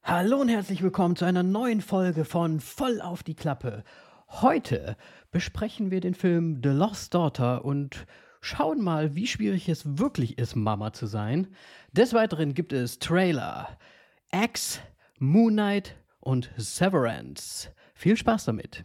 Hallo und herzlich willkommen zu einer neuen Folge von Voll auf die Klappe. Heute besprechen wir den Film The Lost Daughter und schauen mal, wie schwierig es wirklich ist, Mama zu sein. Des Weiteren gibt es Trailer, X, Moon Knight und Severance. Viel Spaß damit.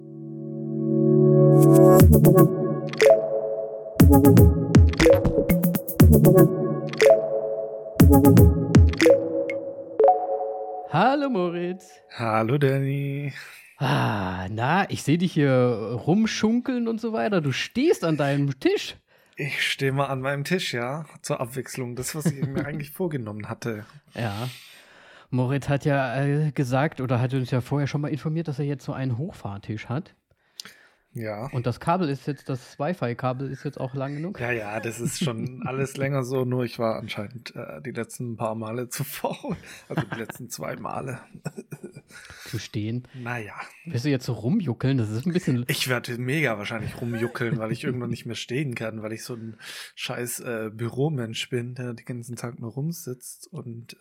Hallo Moritz. Hallo Danny. Na, ich sehe dich hier rumschunkeln und so weiter. Du stehst an deinem Tisch. Ich stehe mal an meinem Tisch, ja, zur Abwechslung. Das, was ich mir eigentlich vorgenommen hatte. Ja. Moritz hat ja gesagt oder hat uns ja vorher schon mal informiert, dass er jetzt so einen Hochfahrtisch hat. Ja. Und das Kabel ist jetzt, das Wi-Fi-Kabel ist jetzt auch lang genug. Ja, das ist schon alles länger so, nur ich war anscheinend die letzten paar Male zu faul. Also die letzten 2 Male. Zu stehen. Naja. Willst du jetzt so rumjuckeln? Das ist ein bisschen. Ich werde mega wahrscheinlich rumjuckeln, weil ich irgendwann nicht mehr stehen kann, weil ich so ein scheiß Büromensch bin, der den ganzen Tag nur rumsitzt und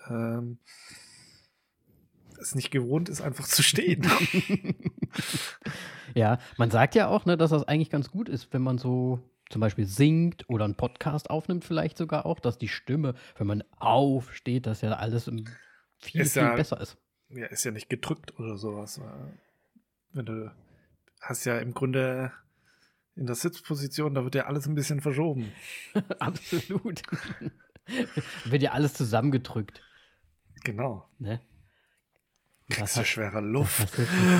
es nicht gewohnt ist, einfach zu stehen. Ja, man sagt ja auch, ne, dass das eigentlich ganz gut ist, wenn man so zum Beispiel singt oder einen Podcast aufnimmt, vielleicht sogar auch, dass die Stimme, wenn man aufsteht, dass ja alles viel besser ist. Ja, ist ja nicht gedrückt oder sowas. Wenn du hast ja im Grunde in der Sitzposition, da wird ja alles ein bisschen verschoben. Absolut. Wird ja alles zusammengedrückt. Genau. Ne? Kriegst du schwere Luft.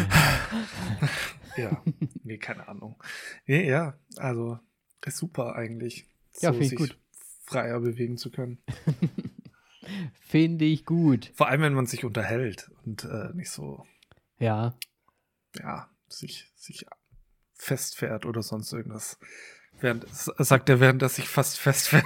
Ja, nee, keine Ahnung. Nee, ja, also ist super eigentlich, ja, so sich gut. freier bewegen zu können. Finde ich gut. Vor allem, wenn man sich unterhält und nicht so, ja, sich festfährt oder sonst irgendwas. Sagt er, während er sich fast festfährt.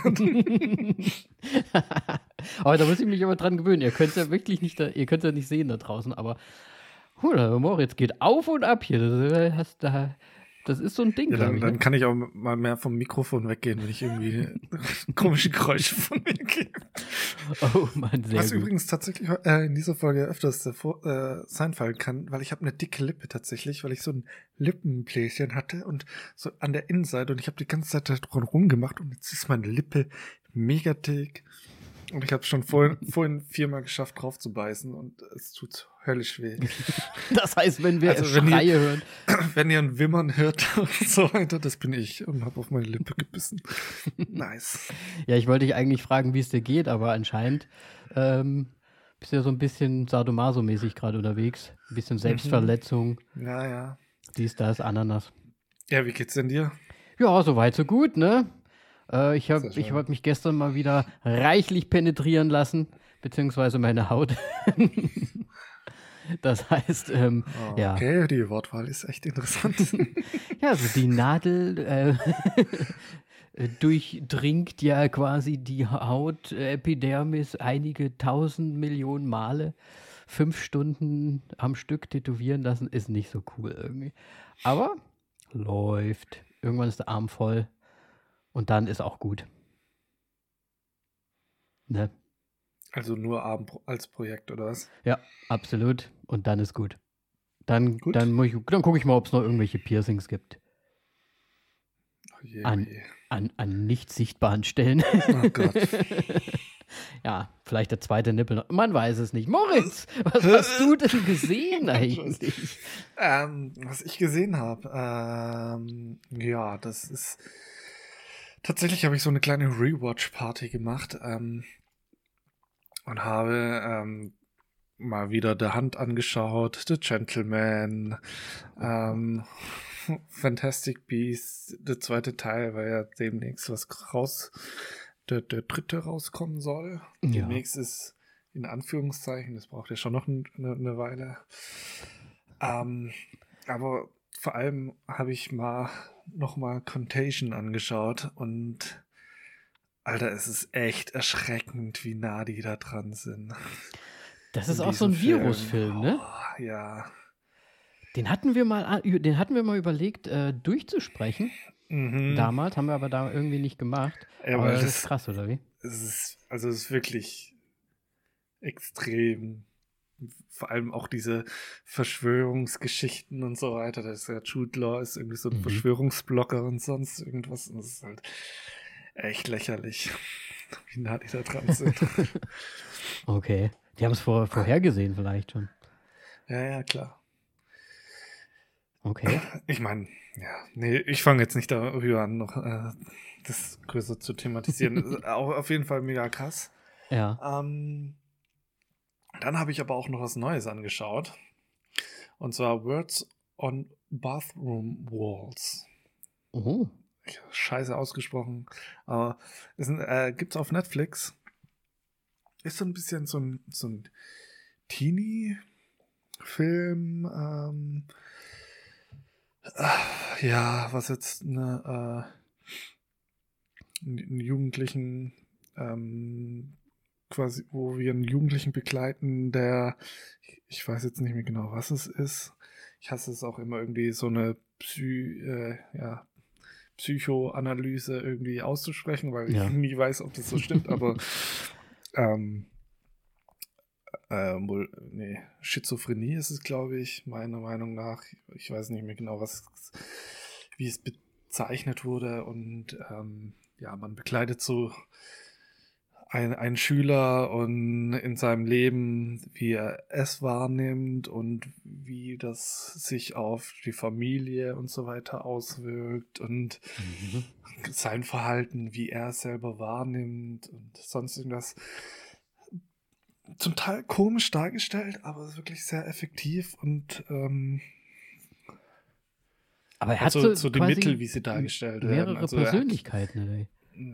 Aber da muss ich mich aber dran gewöhnen. Ihr könnt es ja wirklich nicht, ihr könnt es ja nicht sehen da draußen, aber Moritz geht auf und ab hier. Das ist so ein Ding. Ja, dann kann ich auch mal mehr vom Mikrofon weggehen, wenn ich irgendwie komische Geräusche von mir gebe. Oh Mann, sehr Was gut. übrigens tatsächlich in dieser Folge öfters sein fallen kann, weil ich habe eine dicke Lippe tatsächlich, weil ich so ein Lippenbläschen hatte und so an der Innenseite und ich habe die ganze Zeit dran rumgemacht und jetzt ist meine Lippe mega dick. Und ich habe es schon vorhin 4-mal geschafft, drauf zu beißen und es tut höllisch weh. Das heißt, wenn wir Schreie hören. Wenn ihr ein Wimmern hört und so weiter, das bin ich und habe auf meine Lippe gebissen. Nice. Ja, ich wollte dich eigentlich fragen, wie es dir geht, aber anscheinend bist du ja so ein bisschen Sadomaso-mäßig gerade unterwegs. Ein bisschen Selbstverletzung. Ja. Dies, das, Ananas. Ja, wie geht's denn dir? Ja, soweit, so gut, ne? Ich hab mich gestern mal wieder reichlich penetrieren lassen, beziehungsweise meine Haut. Das heißt, ja. Okay, die Wortwahl ist echt interessant. Ja, also die Nadel durchdringt ja quasi die Haut, Epidermis einige 1000 Millionen Male. 5 Stunden am Stück tätowieren lassen ist nicht so cool irgendwie. Aber läuft. Irgendwann ist der Arm voll. Und dann ist auch gut. Ne? Also nur Abend als Projekt, oder was? Ja, absolut. Und dann ist gut. Dann gucke ich mal, ob es noch irgendwelche Piercings gibt. Oh je, an nicht sichtbaren Stellen. Oh Gott. Ja, vielleicht der zweite Nippel noch. Man weiß es nicht. Moritz, was hast du denn gesehen eigentlich? Was ich gesehen habe, ja, das ist tatsächlich habe ich so eine kleine Rewatch-Party gemacht und habe mal wieder The Hand angeschaut, The Gentleman, Fantastic Beasts, der zweite Teil, weil ja demnächst der dritte rauskommen soll. Ja. Demnächst ist in Anführungszeichen, das braucht ja schon noch eine Weile. Aber vor allem habe ich nochmal Contagion angeschaut und Alter, es ist echt erschreckend, wie nah die da dran sind. Das ist auch so ein Virusfilm, ne? Oh, ja. Den hatten wir mal überlegt, durchzusprechen. Mhm. Damals, haben wir aber da irgendwie nicht gemacht. Ja, aber das ist krass, oder wie? Es ist wirklich extrem vor allem auch diese Verschwörungsgeschichten und so weiter. Das ist ja Jude Law ist irgendwie so ein Verschwörungsblogger und sonst irgendwas. Und das ist halt echt lächerlich, wie nah die da dran sind. Okay. Die haben es vorhergesehen vielleicht schon. Ja, klar. Okay. Ich meine, nee, ich fange jetzt nicht darüber an, noch das größer zu thematisieren. Auch auf jeden Fall mega krass. Ja. Dann habe ich aber auch noch was Neues angeschaut. Und zwar Words on Bathroom Walls. Oh. Scheiße ausgesprochen. Aber gibt's auf Netflix. Ist so ein bisschen so ein Teenie-Film. Was jetzt einen Jugendlichen quasi, wo wir einen Jugendlichen begleiten, der, ich weiß jetzt nicht mehr genau, was es ist. Ich hasse es auch immer irgendwie so eine Psychoanalyse irgendwie auszusprechen, weil ich nie weiß, ob das so stimmt, aber Schizophrenie ist es, glaube ich, meiner Meinung nach. Ich weiß nicht mehr genau, wie es bezeichnet wurde. Und man begleitet so einen Schüler und in seinem Leben, wie er es wahrnimmt und wie das sich auf die Familie und so weiter auswirkt und sein Verhalten, wie er es selber wahrnimmt und sonst irgendwas. Zum Teil komisch dargestellt, aber wirklich sehr effektiv und aber er hat so die Mittel, wie sie dargestellt werden. Mehrere Persönlichkeiten, oder?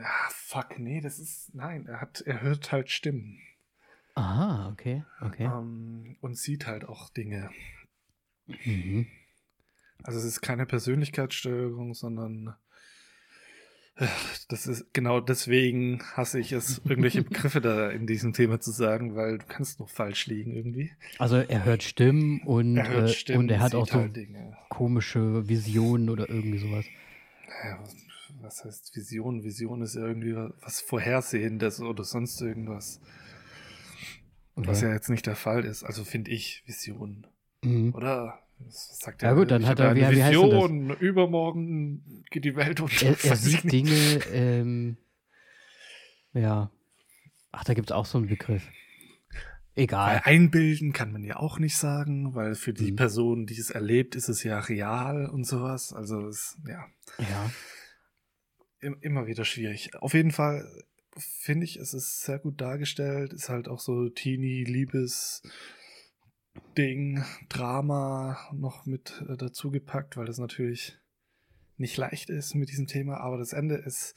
Nein, er hört halt Stimmen. Aha, okay. Und sieht halt auch Dinge. Mhm. Also es ist keine Persönlichkeitsstörung, sondern das ist genau deswegen hasse ich es, irgendwelche Begriffe da in diesem Thema zu sagen, weil du kannst noch falsch liegen irgendwie. Also er hört Stimmen und er hat auch so halt Dinge. Komische Visionen oder irgendwie sowas. Ja, was heißt Vision? Vision ist ja irgendwie was Vorhersehendes oder sonst irgendwas. Okay. Was ja jetzt nicht der Fall ist. Also finde ich Vision. Oder? Was sagt ja gut, dann hat er eine Vision. Übermorgen geht die Welt unter. Er sieht Dinge, Ach, da gibt es auch so einen Begriff. Egal. Weil einbilden kann man ja auch nicht sagen, weil für die Person, die es erlebt, ist es ja real und sowas. Also ja. Immer wieder schwierig. Auf jeden Fall finde ich, es ist sehr gut dargestellt. Ist halt auch so Teenie-Liebes-Ding, Drama noch mit dazu gepackt, weil das natürlich nicht leicht ist mit diesem Thema. Aber das Ende ist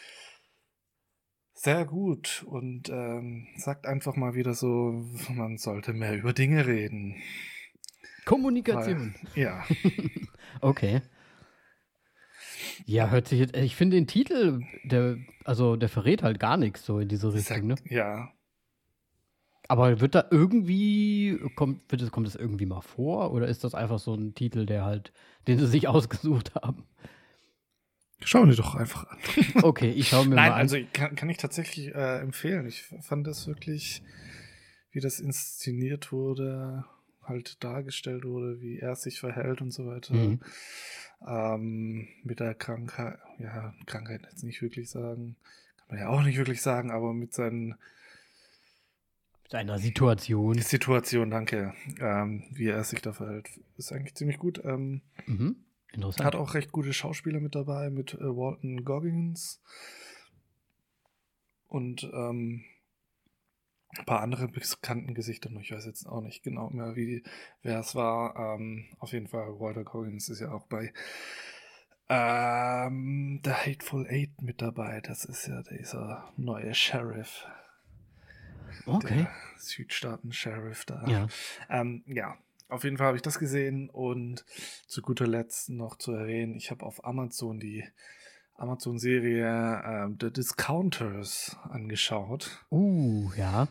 sehr gut und sagt einfach mal wieder so, man sollte mehr über Dinge reden. Kommunikation. Ja. Okay. Ja, hört sich jetzt, ich finde den Titel, der verrät halt gar nichts so in diese Richtung, ne? Ja. Aber wird da irgendwie, kommt das irgendwie mal vor oder ist das einfach so ein Titel, den sie sich ausgesucht haben? Schauen wir doch einfach an. Okay, ich schaue mir mal an. Also kann ich tatsächlich empfehlen. Ich fand das wirklich, wie das inszeniert wurde, halt dargestellt wurde, wie er sich verhält und so weiter. Mit der Krankheit, Krankheit jetzt nicht wirklich sagen, kann man ja auch nicht wirklich sagen, aber mit seiner Situation. Danke, wie er sich da verhält, ist eigentlich ziemlich gut. Interessant. Hat auch recht gute Schauspieler mit dabei, mit Walton Goggins und ein paar andere bekannten Gesichter. Ich weiß jetzt auch nicht genau mehr, wer es war. Auf jeden Fall, Walter Goggins ist ja auch bei The Hateful Eight mit dabei. Das ist ja dieser neue Sheriff. Okay. Der Südstaaten-Sheriff da. Ja. Auf jeden Fall habe ich das gesehen und zu guter Letzt noch zu erwähnen, ich habe auf Amazon die Amazon-Serie The Discounters angeschaut. Ja.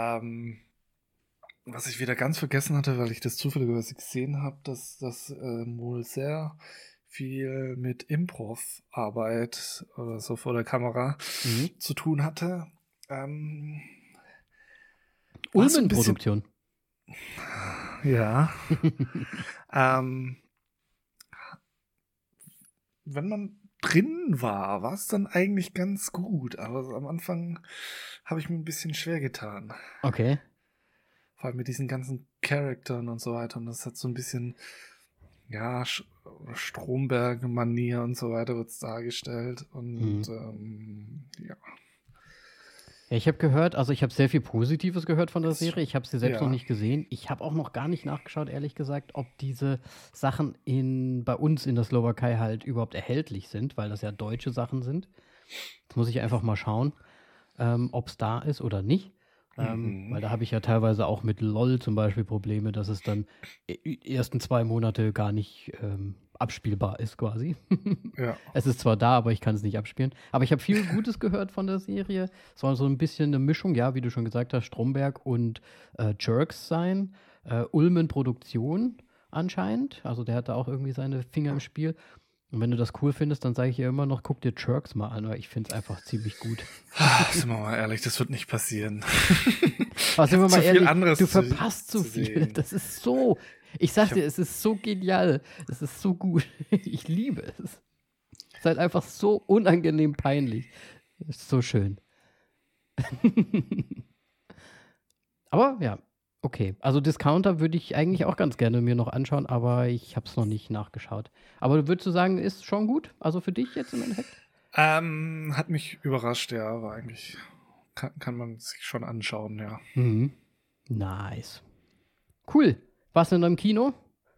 Was ich wieder ganz vergessen hatte, weil ich das zufälligerweise gesehen habe, dass das wohl sehr viel mit Improv-Arbeit oder so vor der Kamera Mhm. zu tun hatte. Ulmen-Produktion. Ja. ähm, Wenn man drin war es dann eigentlich ganz gut, aber so am Anfang habe ich mir ein bisschen schwer getan. Okay. Vor allem mit diesen ganzen Charaktern und so weiter. Und das hat so ein bisschen, ja, Stromberg-Manier und so weiter wird es dargestellt. Und ja. Ja, ich habe gehört, also ich habe sehr viel Positives gehört von der Serie. Ich habe sie selbst Ja. noch nicht gesehen. Ich habe auch noch gar nicht nachgeschaut, ehrlich gesagt, ob diese Sachen bei uns in der Slowakei halt überhaupt erhältlich sind, weil das ja deutsche Sachen sind. Jetzt muss ich einfach mal schauen, ob es da ist oder nicht. Weil da habe ich ja teilweise auch mit LOL zum Beispiel Probleme, dass es dann die ersten 2 Monate gar nicht abspielbar ist quasi. Ja. Es ist zwar da, aber ich kann es nicht abspielen. Aber ich habe viel Gutes gehört von der Serie. Es soll so ein bisschen eine Mischung, ja, wie du schon gesagt hast, Stromberg und Jerks sein. Ulmen Produktion anscheinend. Also der hat da auch irgendwie seine Finger im Spiel. Und wenn du das cool findest, dann sage ich ja immer noch, guck dir Jerks mal an, weil ich finde es einfach ziemlich gut. Sind wir mal ehrlich, das wird nicht passieren. Aber sind wir mal zu viel ehrlich, anderes du verpasst zu so viel. sehen. Das ist so, ich sag dir, es ist so genial. Es ist so gut. Ich liebe es. Es ist halt einfach so unangenehm peinlich. Es ist so schön. Aber ja, okay. Also Discounter würde ich eigentlich auch ganz gerne mir noch anschauen, aber ich habe es noch nicht nachgeschaut. Aber würdest du sagen, ist schon gut? Also für dich jetzt im Endeffekt? Hat mich überrascht, ja, aber eigentlich kann man sich schon anschauen, ja. Mhm. Nice. Cool. Warst du in einem Kino?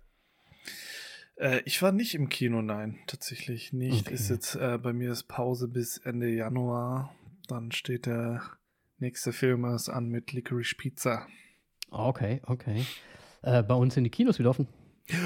Ich war nicht im Kino, nein, tatsächlich nicht. Okay. Ist jetzt bei mir ist Pause bis Ende Januar. Dann steht der nächste Film erst an mit Licorice Pizza. Okay. Bei uns sind die Kinos wieder offen.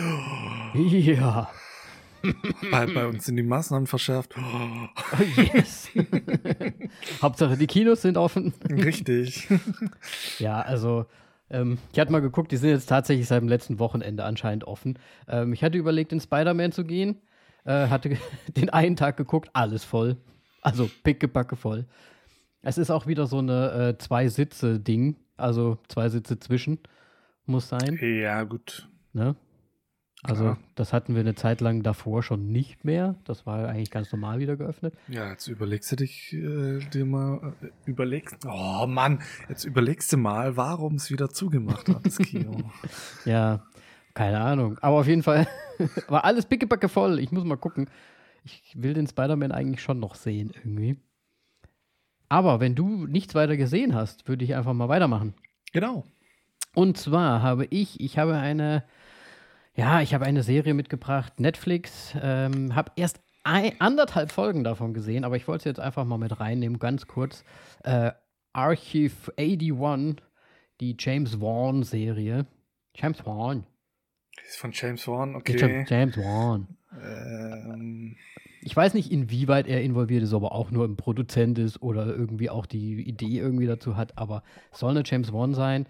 Ja. Bei uns sind die Maßnahmen verschärft. Oh, yes. Hauptsache, die Kinos sind offen. Richtig. Ja, also, ich hatte mal geguckt, die sind jetzt tatsächlich seit dem letzten Wochenende anscheinend offen. Ich hatte überlegt, in Spider-Man zu gehen. Hatte den einen Tag geguckt, alles voll. Also, pickepacke voll. Es ist auch wieder so eine 2-Sitze-Ding. Also, 2 Sitze zwischen. Muss sein. Ja, gut. Ne? Also, Ja. das hatten wir eine Zeit lang davor schon nicht mehr. Das war eigentlich ganz normal wieder geöffnet. Ja, jetzt überlegst du dir mal, oh Mann, jetzt überlegst du mal, warum es wieder zugemacht hat, das Kino. Ja, keine Ahnung. Aber auf jeden Fall war alles pickepacke voll. Ich muss mal gucken. Ich will den Spider-Man eigentlich schon noch sehen irgendwie. Aber wenn du nichts weiter gesehen hast, würde ich einfach mal weitermachen. Genau. Und zwar habe ich habe eine Serie mitgebracht, Netflix. Habe erst 1,5 Folgen davon gesehen, aber ich wollte es jetzt einfach mal mit reinnehmen, ganz kurz. Archive 81, die James Wan-Serie. James Wan. Ist von James Wan, okay. James Wan. Ich weiß nicht, inwieweit er involviert ist, ob er auch nur ein Produzent ist oder irgendwie auch die Idee irgendwie dazu hat, aber es soll eine James Wan sein.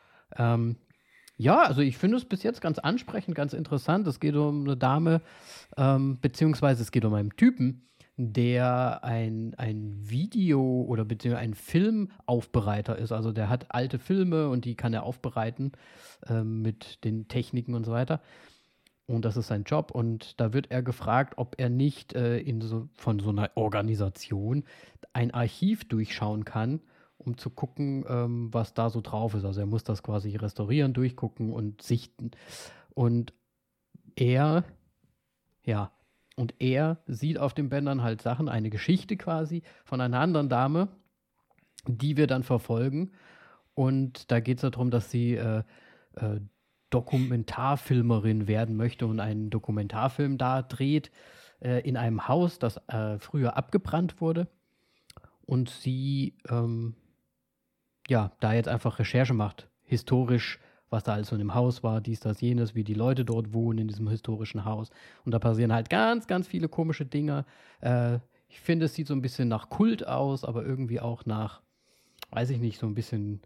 Ja, also ich finde es bis jetzt ganz ansprechend, ganz interessant. Es geht um eine Dame, beziehungsweise es geht um einen Typen, der ein Video- oder beziehungsweise ein Filmaufbereiter ist. Also der hat alte Filme und die kann er aufbereiten mit den Techniken und so weiter. Und das ist sein Job. Und da wird er gefragt, ob er nicht von so einer Organisation ein Archiv durchschauen kann, um zu gucken, was da so drauf ist. Also er muss das quasi restaurieren, durchgucken und sichten. Und er sieht auf den Bändern halt Sachen, eine Geschichte quasi von einer anderen Dame, die wir dann verfolgen. Und da geht es darum, dass sie Dokumentarfilmerin werden möchte und einen Dokumentarfilm da dreht in einem Haus, das früher abgebrannt wurde. Und sie da jetzt einfach Recherche macht, historisch, was da alles so in dem Haus war, dies, das, jenes, wie die Leute dort wohnen in diesem historischen Haus. Und da passieren halt ganz, ganz viele komische Dinge. Ich finde, es sieht so ein bisschen nach Kult aus, aber irgendwie auch nach, weiß ich nicht, so ein bisschen,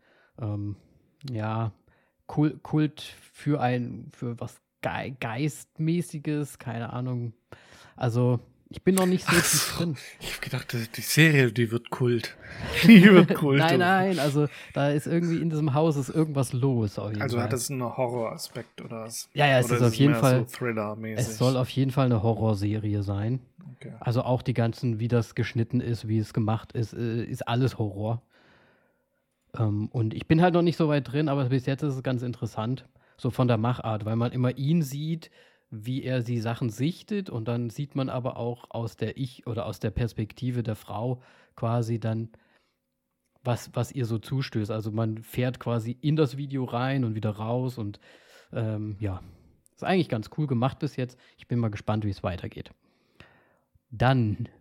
Kult für was Geistmäßiges, keine Ahnung. Also, Ich bin noch nicht so Ach tief so. drin. Ich habe gedacht, die Serie, die wird Kult. Die wird Kult. Nein, also da ist irgendwie in diesem Haus ist irgendwas los. Auf jeden Also Fall. hat es einen Horroraspekt oder was? Ja, es oder ist auf jeden mehr Fall. So Thriller-mäßig? Es soll auf jeden Fall eine Horrorserie sein. Okay. Also auch die ganzen, wie das geschnitten ist, wie es gemacht ist, ist alles Horror. Und ich bin halt noch nicht so weit drin, aber bis jetzt ist es ganz interessant, so von der Machart, weil man immer ihn sieht, wie er die Sachen sichtet und dann sieht man aber auch aus der oder aus der Perspektive der Frau quasi dann, was ihr so zustößt. Also man fährt quasi in das Video rein und wieder raus und ja, ist eigentlich ganz cool gemacht bis jetzt. Ich bin mal gespannt, wie es weitergeht. Dann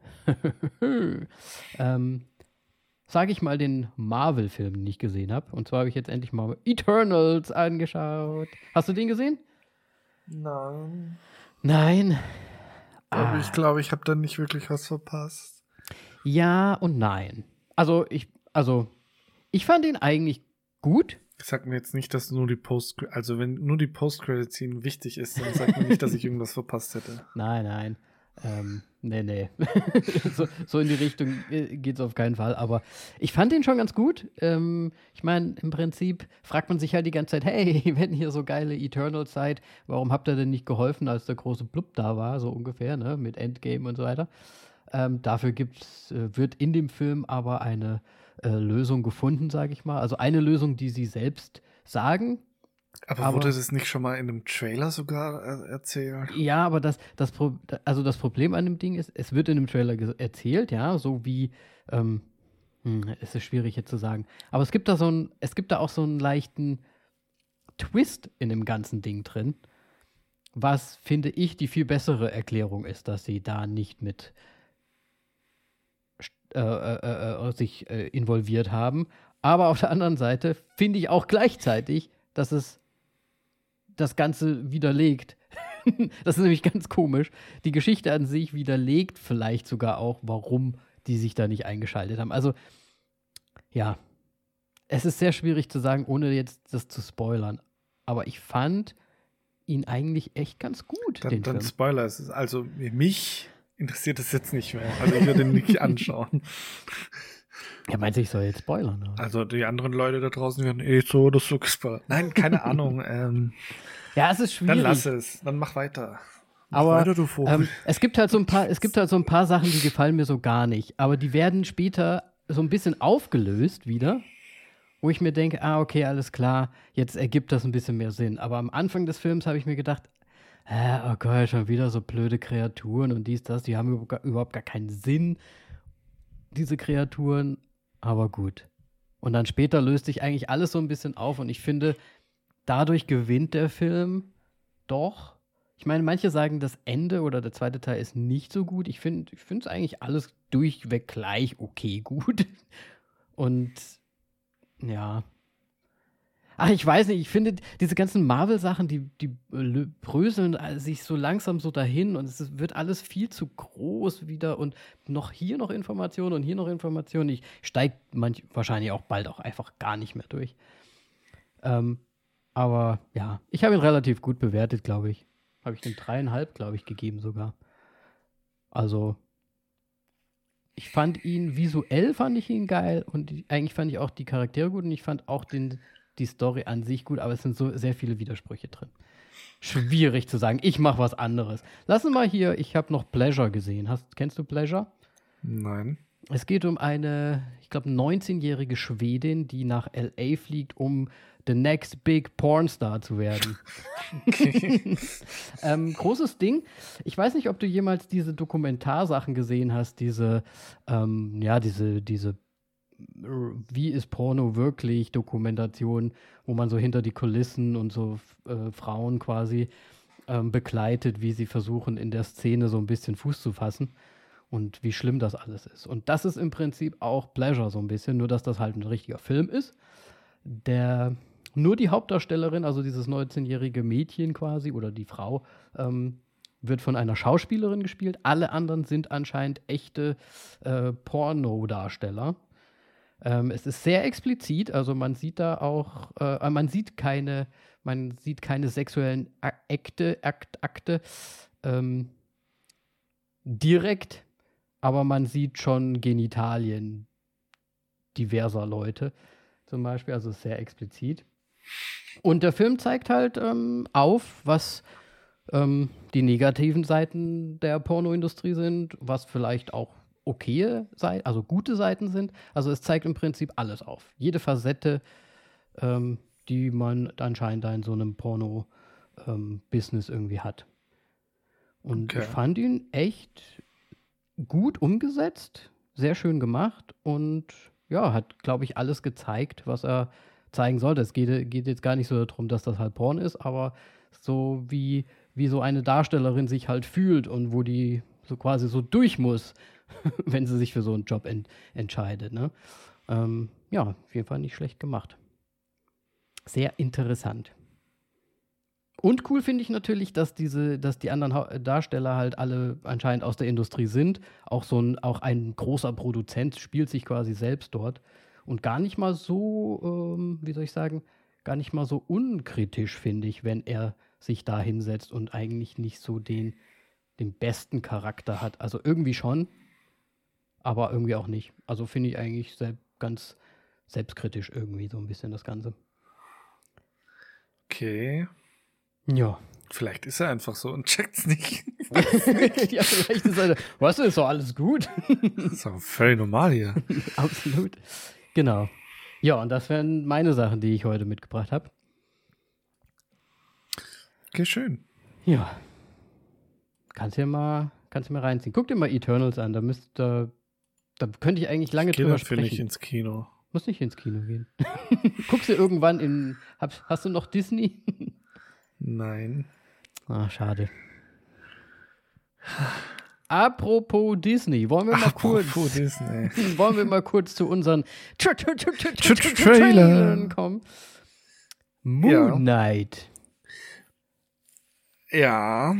sage ich mal den Marvel-Film, den ich gesehen habe. Und zwar habe ich jetzt endlich mal Eternals angeschaut. Hast du den gesehen? Nein. Nein. Aber ich glaube, ich habe da nicht wirklich was verpasst. Ja und nein. Also ich fand ihn eigentlich gut. Sag mir jetzt nicht, dass nur die wenn nur die Post-Credit-Scene wichtig ist, dann sag mir nicht, dass ich irgendwas verpasst hätte. Nein. Nee. so in die Richtung geht's auf keinen Fall. Aber ich fand ihn schon ganz gut. Ich meine, im Prinzip fragt man sich halt die ganze Zeit, hey, wenn ihr so geile Eternals seid, warum habt ihr denn nicht geholfen, als der große Blub da war, so ungefähr, ne, mit Endgame und so weiter. Dafür wird in dem Film aber eine Lösung gefunden, sage ich mal. Also eine Lösung, die sie selbst sagen. Aber wurde das nicht schon mal in einem Trailer sogar erzählt? Ja, aber das Problem an dem Ding ist, es wird in dem Trailer erzählt, ja, so wie, es ist schwierig jetzt zu sagen, aber es gibt da auch so einen leichten Twist in dem ganzen Ding drin, was, finde ich, die viel bessere Erklärung ist, dass sie da nicht mit sich involviert haben. Aber auf der anderen Seite finde ich auch gleichzeitig, dass es das Ganze widerlegt. Das ist nämlich ganz komisch. Die Geschichte an sich widerlegt vielleicht sogar auch, warum die sich da nicht eingeschaltet haben. Also, ja, es ist sehr schwierig zu sagen, ohne jetzt das zu spoilern. Aber ich fand ihn eigentlich echt ganz gut, den Dann Film. Spoiler. Also mich interessiert das jetzt nicht mehr. Also ich würde ihn nicht anschauen. Ja, meinst du, ich soll jetzt spoilern? Oder? Also die anderen Leute da draußen werden das so gespoilert. Nein, keine Ahnung. Ja, es ist schwierig. Dann lass es. Dann mach weiter. Aber weiter, du Vogel. es gibt halt so ein paar Sachen, die gefallen mir so gar nicht. Aber die werden später so ein bisschen aufgelöst wieder, wo ich mir denke, okay, alles klar, jetzt ergibt das ein bisschen mehr Sinn. Aber am Anfang des Films habe ich mir gedacht, oh Gott, schon wieder so blöde Kreaturen und dies, das, die haben überhaupt gar keinen Sinn, diese Kreaturen. Aber gut. Und dann später löst sich eigentlich alles so ein bisschen auf und ich finde, dadurch gewinnt der Film doch. Ich meine, manche sagen, das Ende oder der zweite Teil ist nicht so gut. Ich finde es eigentlich alles durchweg gleich okay gut. Und ja. Ach, ich weiß nicht, ich finde, diese ganzen Marvel-Sachen, die bröseln sich so langsam so dahin und es wird alles viel zu groß wieder und hier noch Informationen und hier noch Informationen. Ich steige wahrscheinlich auch bald auch einfach gar nicht mehr durch. Aber ja, ich habe ihn relativ gut bewertet, glaube ich. Habe ich den 3,5, glaube ich, gegeben sogar. Also, ich fand ihn visuell geil und eigentlich fand ich auch die Charaktere gut und ich fand auch die Story an sich gut, aber es sind so sehr viele Widersprüche drin. Schwierig zu sagen. Ich mache was anderes. Lass uns mal hier, ich habe noch Pleasure gesehen. Kennst du Pleasure? Nein. Es geht um eine, ich glaube, 19-jährige Schwedin, die nach L.A. fliegt, um the next big Pornstar zu werden. Okay. Großes Ding. Ich weiß nicht, ob du jemals diese Dokumentarsachen gesehen hast, diese wie ist Porno wirklich Dokumentation, wo man so hinter die Kulissen und so Frauen quasi begleitet, wie sie versuchen, in der Szene so ein bisschen Fuß zu fassen und wie schlimm das alles ist. Und das ist im Prinzip auch Pleasure so ein bisschen, nur dass das halt ein richtiger Film ist, nur die Hauptdarstellerin, also dieses 19-jährige Mädchen quasi oder die Frau, wird von einer Schauspielerin gespielt. Alle anderen sind anscheinend echte Pornodarsteller. Es ist sehr explizit, also man sieht da auch, man sieht keine sexuellen Akte, direkt, aber man sieht schon Genitalien diverser Leute zum Beispiel, also sehr explizit. Und der Film zeigt halt auf, was die negativen Seiten der Pornoindustrie sind, was vielleicht auch okay Seiten, also gute Seiten sind. Also es zeigt im Prinzip alles auf. Jede Facette, die man anscheinend da in so einem Porno-Business irgendwie hat. Und Okay. ich fand ihn echt gut umgesetzt, sehr schön gemacht und ja, hat, glaube ich, alles gezeigt, was er zeigen sollte. Es geht jetzt gar nicht so darum, dass das halt Porn ist, aber so wie so eine Darstellerin sich halt fühlt und wo die so quasi so durch muss, wenn sie sich für so einen Job entscheidet. Ne? Ja, auf jeden Fall nicht schlecht gemacht. Sehr interessant. Und cool finde ich natürlich, dass die anderen Darsteller halt alle anscheinend aus der Industrie sind. Auch ein großer Produzent spielt sich quasi selbst dort. Und gar nicht mal so, wie soll ich sagen, gar nicht mal so unkritisch, finde ich, wenn er sich da hinsetzt und eigentlich nicht so den besten Charakter hat. Also irgendwie schon, aber irgendwie auch nicht. Also finde ich eigentlich ganz selbstkritisch irgendwie so ein bisschen das Ganze. Okay. Ja. Vielleicht ist er einfach so und checkt's nicht. Ja, vielleicht ist er, was ist doch alles gut? Das ist doch völlig normal hier. Absolut. Genau. Ja, und das wären meine Sachen, die ich heute mitgebracht habe. Okay, schön. Ja. Kannst du mal reinziehen. Guck dir mal Eternals an, da könnte ich eigentlich lange drüber sprechen. Nicht ins Kino. Muss nicht ins Kino gehen. Guckst du irgendwann hast du noch Disney? Nein. Ah, schade. Apropos Disney, wollen wir mal kurz zu unseren Trailern kommen? Moon Knight. Ja.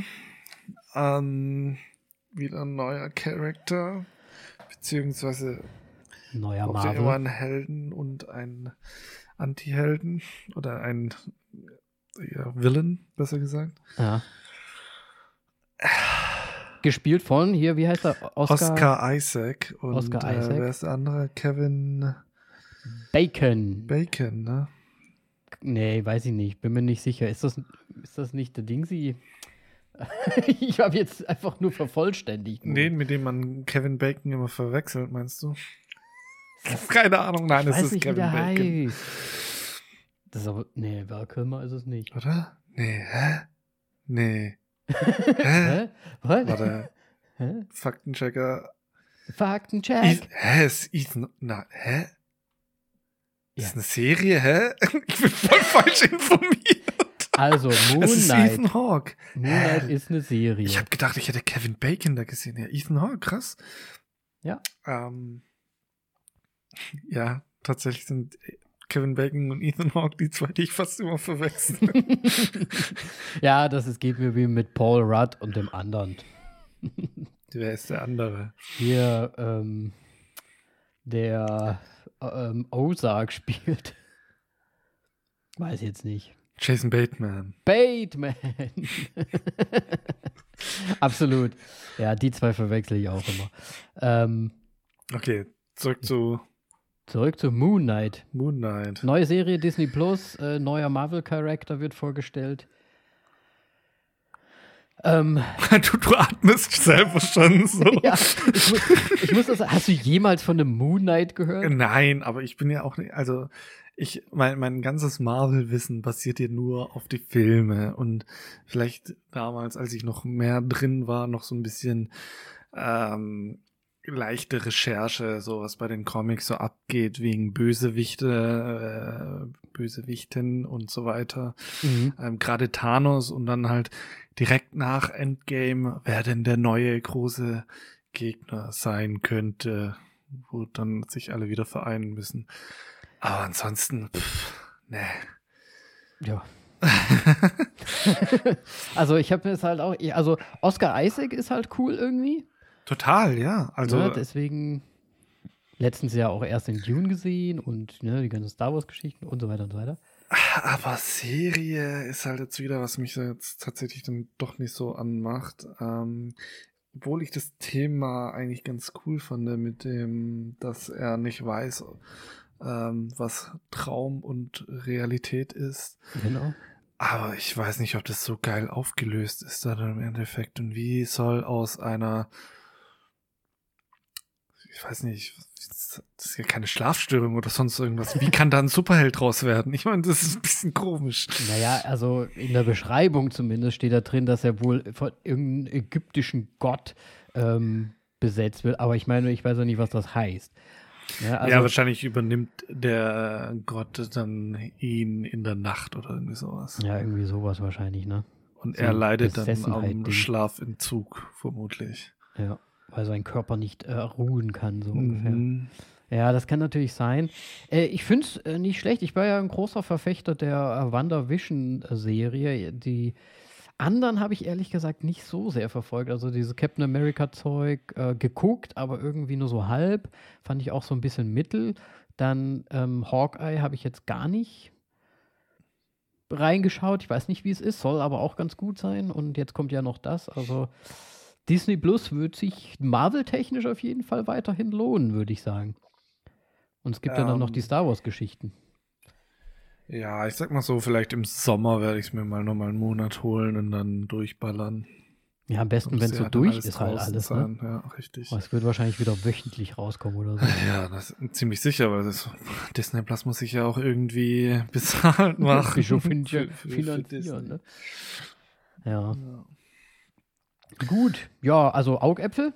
Wieder ein neuer Charakter, beziehungsweise neuer auch Marvel. immer einen Helden und einen Anti-Helden oder einen Villain, besser gesagt. Ja. Gespielt von, hier, wie heißt er? Oscar Isaac. Und Oscar Isaac. Wer ist der andere? Kevin Bacon, ne? Nee, weiß ich nicht. Bin mir nicht sicher. Ist das nicht der Dingsy? Ich habe jetzt einfach nur vervollständigt. Den, mit dem man Kevin Bacon immer verwechselt, meinst du? Keine Ahnung, nein, es ist Kevin Bacon. Heißt. Das ist aber, nee, Val Kilmer ist es nicht. Oder? Nee, hä? Nee. Hä? Was? Warte. Hä? Faktenchecker. Faktencheck. Ist Ethan. Hä? Ja. Ist eine Serie, hä? Ich bin voll falsch informiert. Also, Moon Es ist Knight. Ethan Hawke. Moon Knight ist eine Serie. Ich habe gedacht, ich hätte Kevin Bacon da gesehen. Ja, Ethan Hawke, krass. Ja. Ja, tatsächlich sind Kevin Bacon und Ethan Hawke die zwei, die ich fast immer verwechsel. Ja, geht mir wie mit Paul Rudd und dem anderen. Wer ist der andere? Hier, der Ozark spielt. Weiß jetzt nicht. Jason Bateman. Absolut. Ja, die zwei verwechsel ich auch immer. Okay, zurück zu Moon Knight. Moon Knight. Neue Serie Disney Plus, neuer Marvel-Charakter wird vorgestellt. Du atmest selber schon so. Ja, ich muss das. Hast du jemals von einem Moon Knight gehört? Nein, aber ich bin ja auch nicht, also mein ganzes Marvel-Wissen basiert ja nur auf die Filme und vielleicht damals, als ich noch mehr drin war, noch so ein bisschen leichte Recherche, so was bei den Comics so abgeht, wegen Bösewichten und so weiter. Mhm. Gerade Thanos und dann halt direkt nach Endgame, wer denn der neue große Gegner sein könnte, wo dann sich alle wieder vereinen müssen. Aber ansonsten, nee. Ja. Also ich habe mir das halt auch, also Oscar Isaac ist halt cool irgendwie. Total, ja. Also ja, deswegen letztens ja auch erst in Dune gesehen und die ganzen Star Wars Geschichten und so weiter und so weiter. Aber Serie ist halt jetzt wieder, was mich jetzt tatsächlich dann doch nicht so anmacht. obwohl ich das Thema eigentlich ganz cool fand, mit dem, dass er nicht weiß, was Traum und Realität ist. Genau. Aber ich weiß nicht, ob das so geil aufgelöst ist dann im Endeffekt. Und wie soll aus einer, ich weiß nicht, das ist ja keine Schlafstörung oder sonst irgendwas. Wie kann da ein Superheld draus werden? Ich meine, das ist ein bisschen komisch. Naja, also in der Beschreibung zumindest steht da drin, dass er wohl von irgendeinem ägyptischen Gott besetzt wird. Aber ich meine, ich weiß auch nicht, was das heißt. Ja, also, ja, wahrscheinlich übernimmt der Gott dann ihn in der Nacht oder irgendwie sowas. ja, irgendwie sowas wahrscheinlich, ne? Und So er ein leidet dann am Besessenheit-Ding. Schlafentzug, vermutlich. Ja, weil sein Körper nicht ruhen kann, so ungefähr. Mhm. Ja, das kann natürlich sein. Ich finde es nicht schlecht. Ich war ja ein großer Verfechter der WandaVision-Serie. Die anderen habe ich ehrlich gesagt nicht so sehr verfolgt. Also diese Captain America-Zeug geguckt, aber irgendwie nur so halb. Fand ich auch so ein bisschen mittel. Dann Hawkeye habe ich jetzt gar nicht reingeschaut. Ich weiß nicht, wie es ist, soll aber auch ganz gut sein. Und jetzt kommt ja noch das. Also Disney Plus wird sich Marvel-technisch auf jeden Fall weiterhin lohnen, würde ich sagen. Und es gibt ja dann noch die Star Wars-Geschichten. Ja, ich sag mal so, vielleicht im Sommer werde ich es mir mal nochmal einen Monat holen und dann durchballern. Ja, am besten, wenn es so Ja, durch alles ist halt draußen alles, ne? sein. Ja, richtig. Aber es wird wahrscheinlich wieder wöchentlich rauskommen oder so. Ja, das ist ziemlich sicher, weil Disney Plus muss sich ja auch irgendwie bezahlt machen. Wie schon finanzieren, Disney. ne? Ja. Gut. Ja, also Augäpfel?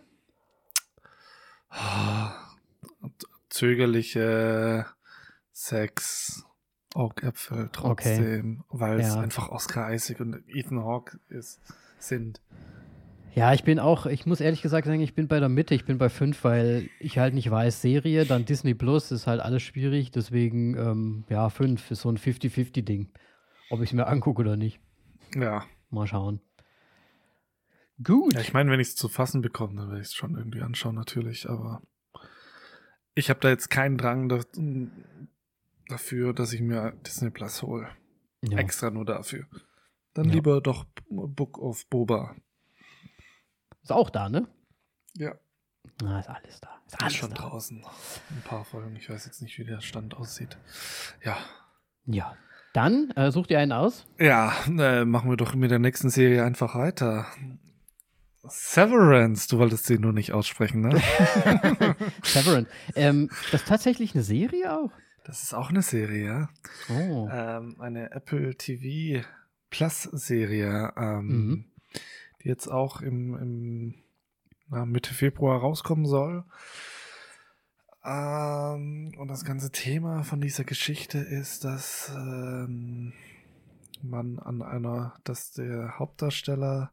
Zögerliche Sex, Augäpfel trotzdem, weil es Ja. einfach Oscar Isaac und Ethan Hawke sind. Ja, ich muss ehrlich gesagt sagen, ich bin bei der Mitte, ich bin bei 5, weil ich halt nicht weiß, Serie, dann Disney Plus, ist halt alles schwierig, deswegen, 5 ist so ein 50-50-Ding, ob ich es mir angucke oder nicht. Ja. Mal schauen. Gut. Ja, ich meine, wenn ich es zu fassen bekomme, dann werde ich es schon irgendwie anschauen, natürlich, aber ich habe da jetzt keinen Drang dafür, dass ich mir Disney Plus hole. Ja. Extra nur dafür. Dann Ja. lieber doch Book of Boba. Ist auch da, ne? Ja. Na, ist alles da. Ist schon draußen. Ein paar Folgen. Ich weiß jetzt nicht, wie der Stand aussieht. Ja. Ja. Dann such dir einen aus. Ja, machen wir doch mit der nächsten Serie einfach weiter. Severance, du wolltest sie nur nicht aussprechen, ne? Severance. Das ist tatsächlich eine Serie auch? Das ist auch eine Serie, ja. Oh. Eine Apple TV Plus Serie, die jetzt auch Mitte Februar rauskommen soll. Und das ganze Thema von dieser Geschichte ist, dass dass der Hauptdarsteller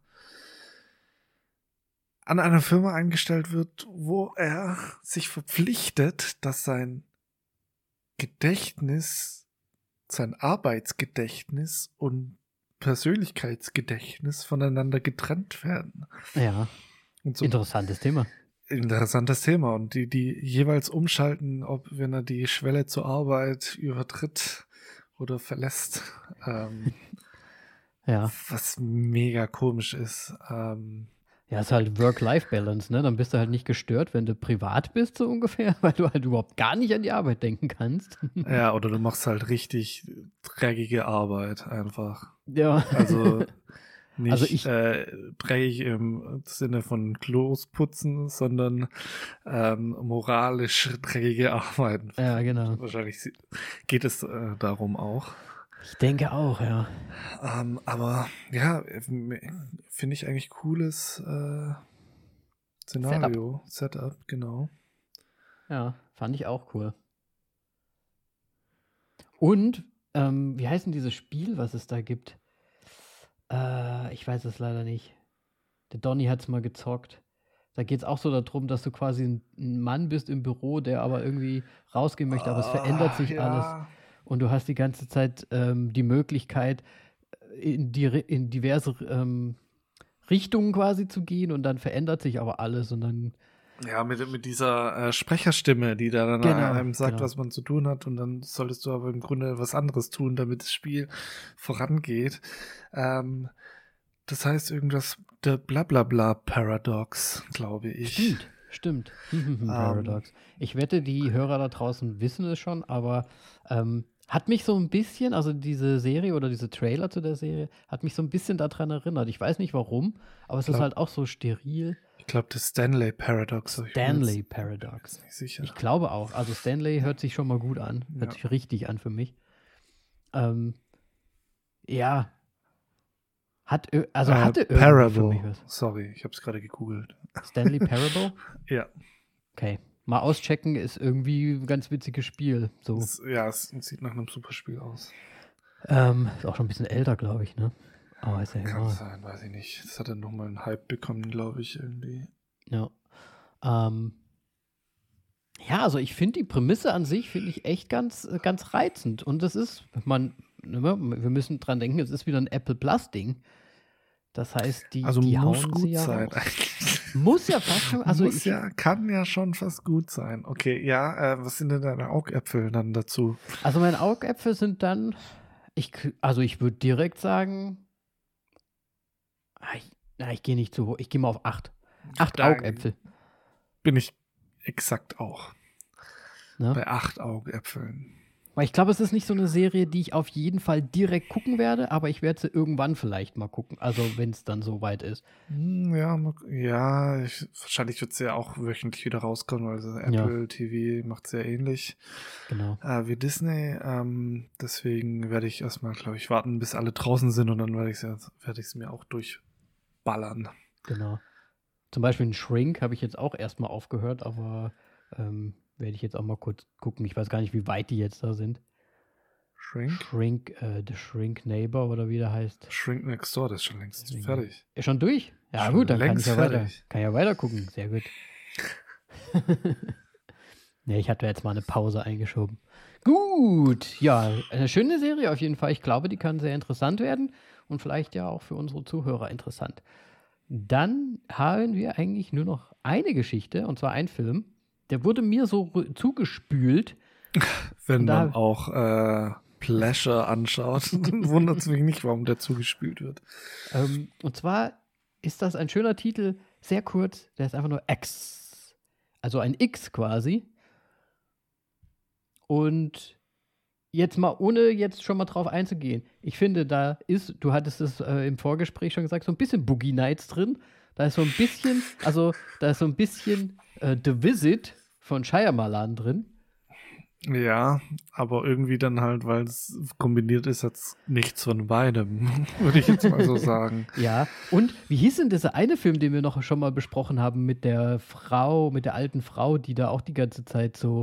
an einer Firma eingestellt wird, wo er sich verpflichtet, dass sein Gedächtnis, sein Arbeitsgedächtnis und Persönlichkeitsgedächtnis voneinander getrennt werden. Ja. Und so Interessantes Thema. interessantes Thema. Und die jeweils umschalten, wenn er die Schwelle zur Arbeit übertritt oder verlässt. Ja. Was mega komisch ist. Ja, ist halt Work-Life-Balance, ne? Dann bist du halt nicht gestört, wenn du privat bist, so ungefähr, weil du halt überhaupt gar nicht an die Arbeit denken kannst. Ja, oder du machst halt richtig dreckige Arbeit einfach. Ja. Also nicht Also dreckig im Sinne von Klos putzen, sondern moralisch dreckige Arbeit. Ja, genau. Wahrscheinlich geht es darum auch. Ich denke auch, ja. Aber ja, finde ich eigentlich cooles Szenario, Setup, genau. Ja, fand ich auch cool. Und, wie heißt denn dieses Spiel, was es da gibt? Ich weiß es leider nicht. Der Donny hat es mal gezockt. Da geht es auch so darum, dass du quasi ein Mann bist im Büro, der aber irgendwie rausgehen möchte, aber es verändert sich alles. Und du hast die ganze Zeit die Möglichkeit, in diverse Richtungen quasi zu gehen und dann verändert sich aber alles und dann. Ja, mit dieser Sprecherstimme, die da dann einem sagt, was man zu tun hat, und dann solltest du aber im Grunde was anderes tun, damit das Spiel vorangeht. Das heißt irgendwas, The Blablabla Paradox, glaube ich. Stimmt. Paradox. Ich wette, die Hörer da draußen wissen es schon, aber hat mich so ein bisschen, also diese Serie oder diese Trailer zu der Serie, hat mich so ein bisschen daran erinnert. Ich weiß nicht warum, aber es ist halt auch so steril. Ich glaube, das Stanley Paradox. Stanley Paradox. Nicht sicher. Ich glaube auch. Also Stanley hört sich schon mal gut an. Hört sich richtig an für mich. Ja. Hatte Parable. für mich was. Sorry, ich habe es gerade gegoogelt. Stanley Parable? Ja. Okay. Mal auschecken, ist irgendwie ein ganz witziges Spiel. So. Es sieht nach einem super Spiel aus. Ist auch schon ein bisschen älter, glaube ich, ne? Aber ist ja egal. Kann sein, weiß ich nicht. Das hat dann nochmal einen Hype bekommen, glaube ich, irgendwie. Ja. Ja, also ich finde die Prämisse an sich, finde ich echt ganz reizend. Und das ist, wir müssen dran denken, es ist wieder ein Apple Plus-Ding. Das heißt, die muss hauen gut sie ja sein. Muss ja fast schon. Also kann ja schon fast gut sein. Okay, ja, was sind denn deine Augäpfel dann dazu? Also meine Augäpfel sind dann, ich würde direkt sagen, ich gehe nicht zu hoch, ich gehe mal auf 8. 8 Augäpfel. Bin ich exakt auch. Ne? Bei 8 Augäpfeln. Weil ich glaube, es ist nicht so eine Serie, die ich auf jeden Fall direkt gucken werde, aber ich werde sie irgendwann vielleicht mal gucken. Also, wenn es dann so weit ist. Wahrscheinlich wird es ja auch wöchentlich wieder rauskommen, weil Apple TV macht es ja ähnlich. Genau. Wie Disney. Deswegen werde ich erstmal, glaube ich, warten, bis alle draußen sind und dann werde ich es mir auch durchballern. Genau. Zum Beispiel in Shrink habe ich jetzt auch erstmal aufgehört, aber werde ich jetzt auch mal kurz gucken. Ich weiß gar nicht, wie weit die jetzt da sind. Shrink? The Shrink Neighbor oder wie der heißt. Shrink Next Door, das ist schon längst fertig. Ist schon durch? Ja schon gut, dann kann ich ja weiter gucken. Sehr gut. Ne, ich hatte jetzt mal eine Pause eingeschoben. Gut, ja, eine schöne Serie auf jeden Fall. Ich glaube, die kann sehr interessant werden und vielleicht ja auch für unsere Zuhörer interessant. Dann haben wir eigentlich nur noch eine Geschichte, und zwar ein Film. Der wurde mir so zugespült. Wenn man auch Pleasure anschaut, dann wundert es mich nicht, warum der zugespült wird. Und zwar ist das ein schöner Titel, sehr kurz, der ist einfach nur X. Also ein X quasi. Und jetzt mal, ohne jetzt schon mal drauf einzugehen, ich finde, du hattest es im Vorgespräch schon gesagt, so ein bisschen Boogie Nights drin. Da ist so ein bisschen The Visit von Shyamalan drin. Ja, aber irgendwie dann halt, weil es kombiniert ist, jetzt nichts von beidem, würde ich jetzt mal so sagen. Ja, und wie hieß denn dieser eine Film, den wir noch schon mal besprochen haben mit der alten Frau, die da auch die ganze Zeit so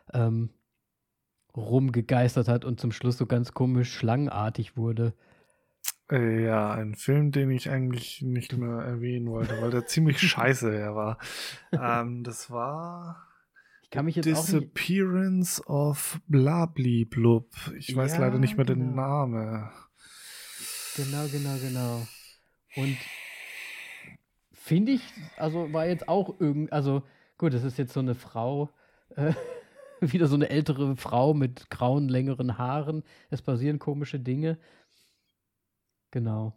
rumgegeistert hat und zum Schluss so ganz komisch schlangenartig wurde? Ja, ein Film, den ich eigentlich nicht mehr erwähnen wollte, weil der ziemlich scheiße war. Das war ich kann mich jetzt Disappearance of Blabli-Blub. Ich weiß leider nicht mehr den Namen. Genau. Und finde ich, also war jetzt auch also gut, das ist jetzt so eine Frau, wieder so eine ältere Frau mit grauen, längeren Haaren. Es passieren komische Dinge. Genau.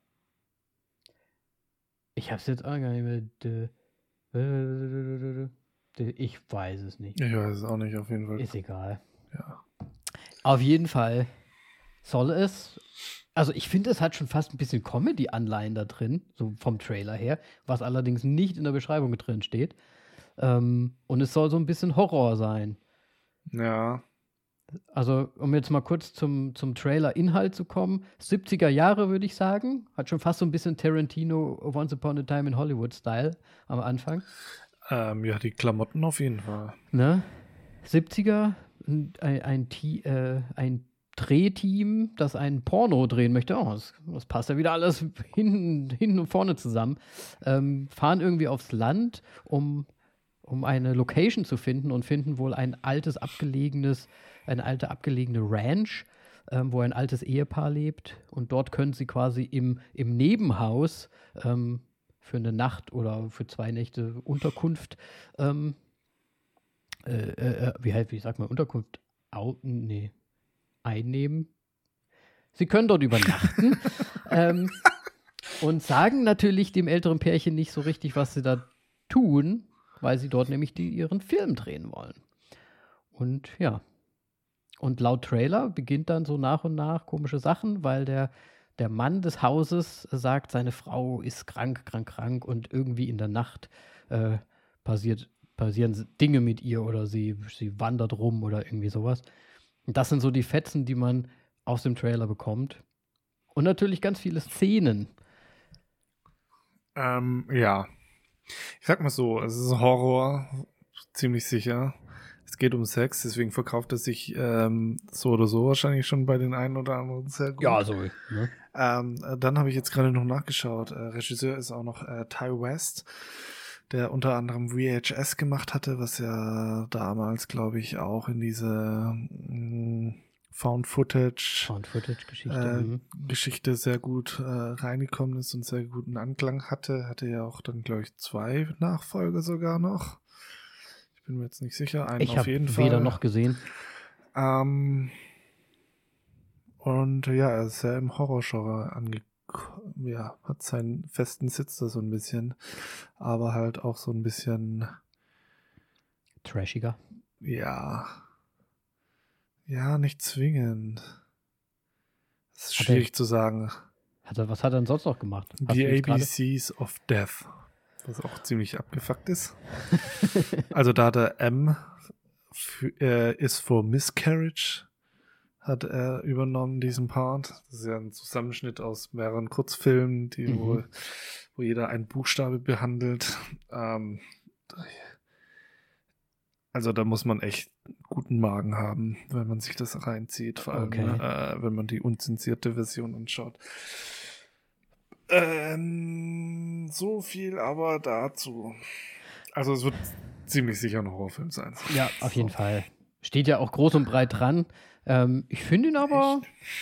Ich hab's jetzt auch gar nicht mehr. Ich weiß es nicht. Ich weiß es auch nicht, auf jeden Fall. Ist egal. Ja. Auf jeden Fall soll es. Also ich finde, es hat schon fast ein bisschen Comedy-Anleihen da drin, so vom Trailer her, was allerdings nicht in der Beschreibung drin steht. Und es soll so ein bisschen Horror sein. Ja. Also, um jetzt mal kurz zum Trailer-Inhalt zu kommen, 70er Jahre, würde ich sagen. Hat schon fast so ein bisschen Tarantino Once Upon a Time in Hollywood-Style am Anfang. Ja, die Klamotten auf jeden Fall. Ne? 70er, ein Drehteam, das ein Porno drehen möchte. Oh, das passt ja wieder alles hinten und vorne zusammen. Fahren irgendwie aufs Land, um eine Location zu finden und finden wohl eine alte abgelegene Ranch, wo ein altes Ehepaar lebt. Und dort können sie quasi im Nebenhaus für eine Nacht oder für 2 Nächte Unterkunft, wie sagt man, Unterkunft einnehmen. Sie können dort übernachten. und sagen natürlich dem älteren Pärchen nicht so richtig, was sie da tun, weil sie dort nämlich ihren Film drehen wollen. Und ja. Und laut Trailer beginnt dann so nach und nach komische Sachen, weil der Mann des Hauses sagt, seine Frau ist krank und irgendwie in der Nacht passieren Dinge mit ihr oder sie wandert rum oder irgendwie sowas. Und das sind so die Fetzen, die man aus dem Trailer bekommt. Und natürlich ganz viele Szenen. Ja. Ich sag mal so, es ist Horror, ziemlich sicher. Es geht um Sex, deswegen verkauft es sich so oder so wahrscheinlich schon bei den einen oder anderen sehr gut. Ja, so. Ne? Dann habe ich jetzt gerade noch nachgeschaut. Regisseur ist auch noch Ty West, der unter anderem VHS gemacht hatte, was ja damals, glaube ich, auch in diese Found-Footage-Geschichte sehr gut reingekommen ist und sehr guten Anklang hatte. Hatte ja auch dann, glaube ich, 2 Nachfolger sogar noch. Ich bin mir jetzt nicht sicher. Einen ich auf jeden Fall. Ich habe weder noch gesehen. Und ja, er ist ja im Horrorgenre angekommen. Ja, hat seinen festen Sitz da so ein bisschen. Aber halt auch so ein bisschen trashiger. Ja. Ja, nicht zwingend. Das ist schwierig zu sagen. Was hat er denn sonst noch gemacht? The ABCs of Death. Was auch ziemlich abgefuckt ist. Also da der M ist for Miscarriage, hat er übernommen, diesen Part. Das ist ja ein Zusammenschnitt aus mehreren Kurzfilmen, wo jeder einen Buchstabe behandelt. Also da muss man echt guten Magen haben, wenn man sich das reinzieht. Vor allem, wenn man die unzensierte Version anschaut. So viel aber dazu. Also es wird ziemlich sicher ein Horrorfilm sein. Ja, auf jeden Fall. Steht ja auch groß und breit dran. Ich finde ihn aber...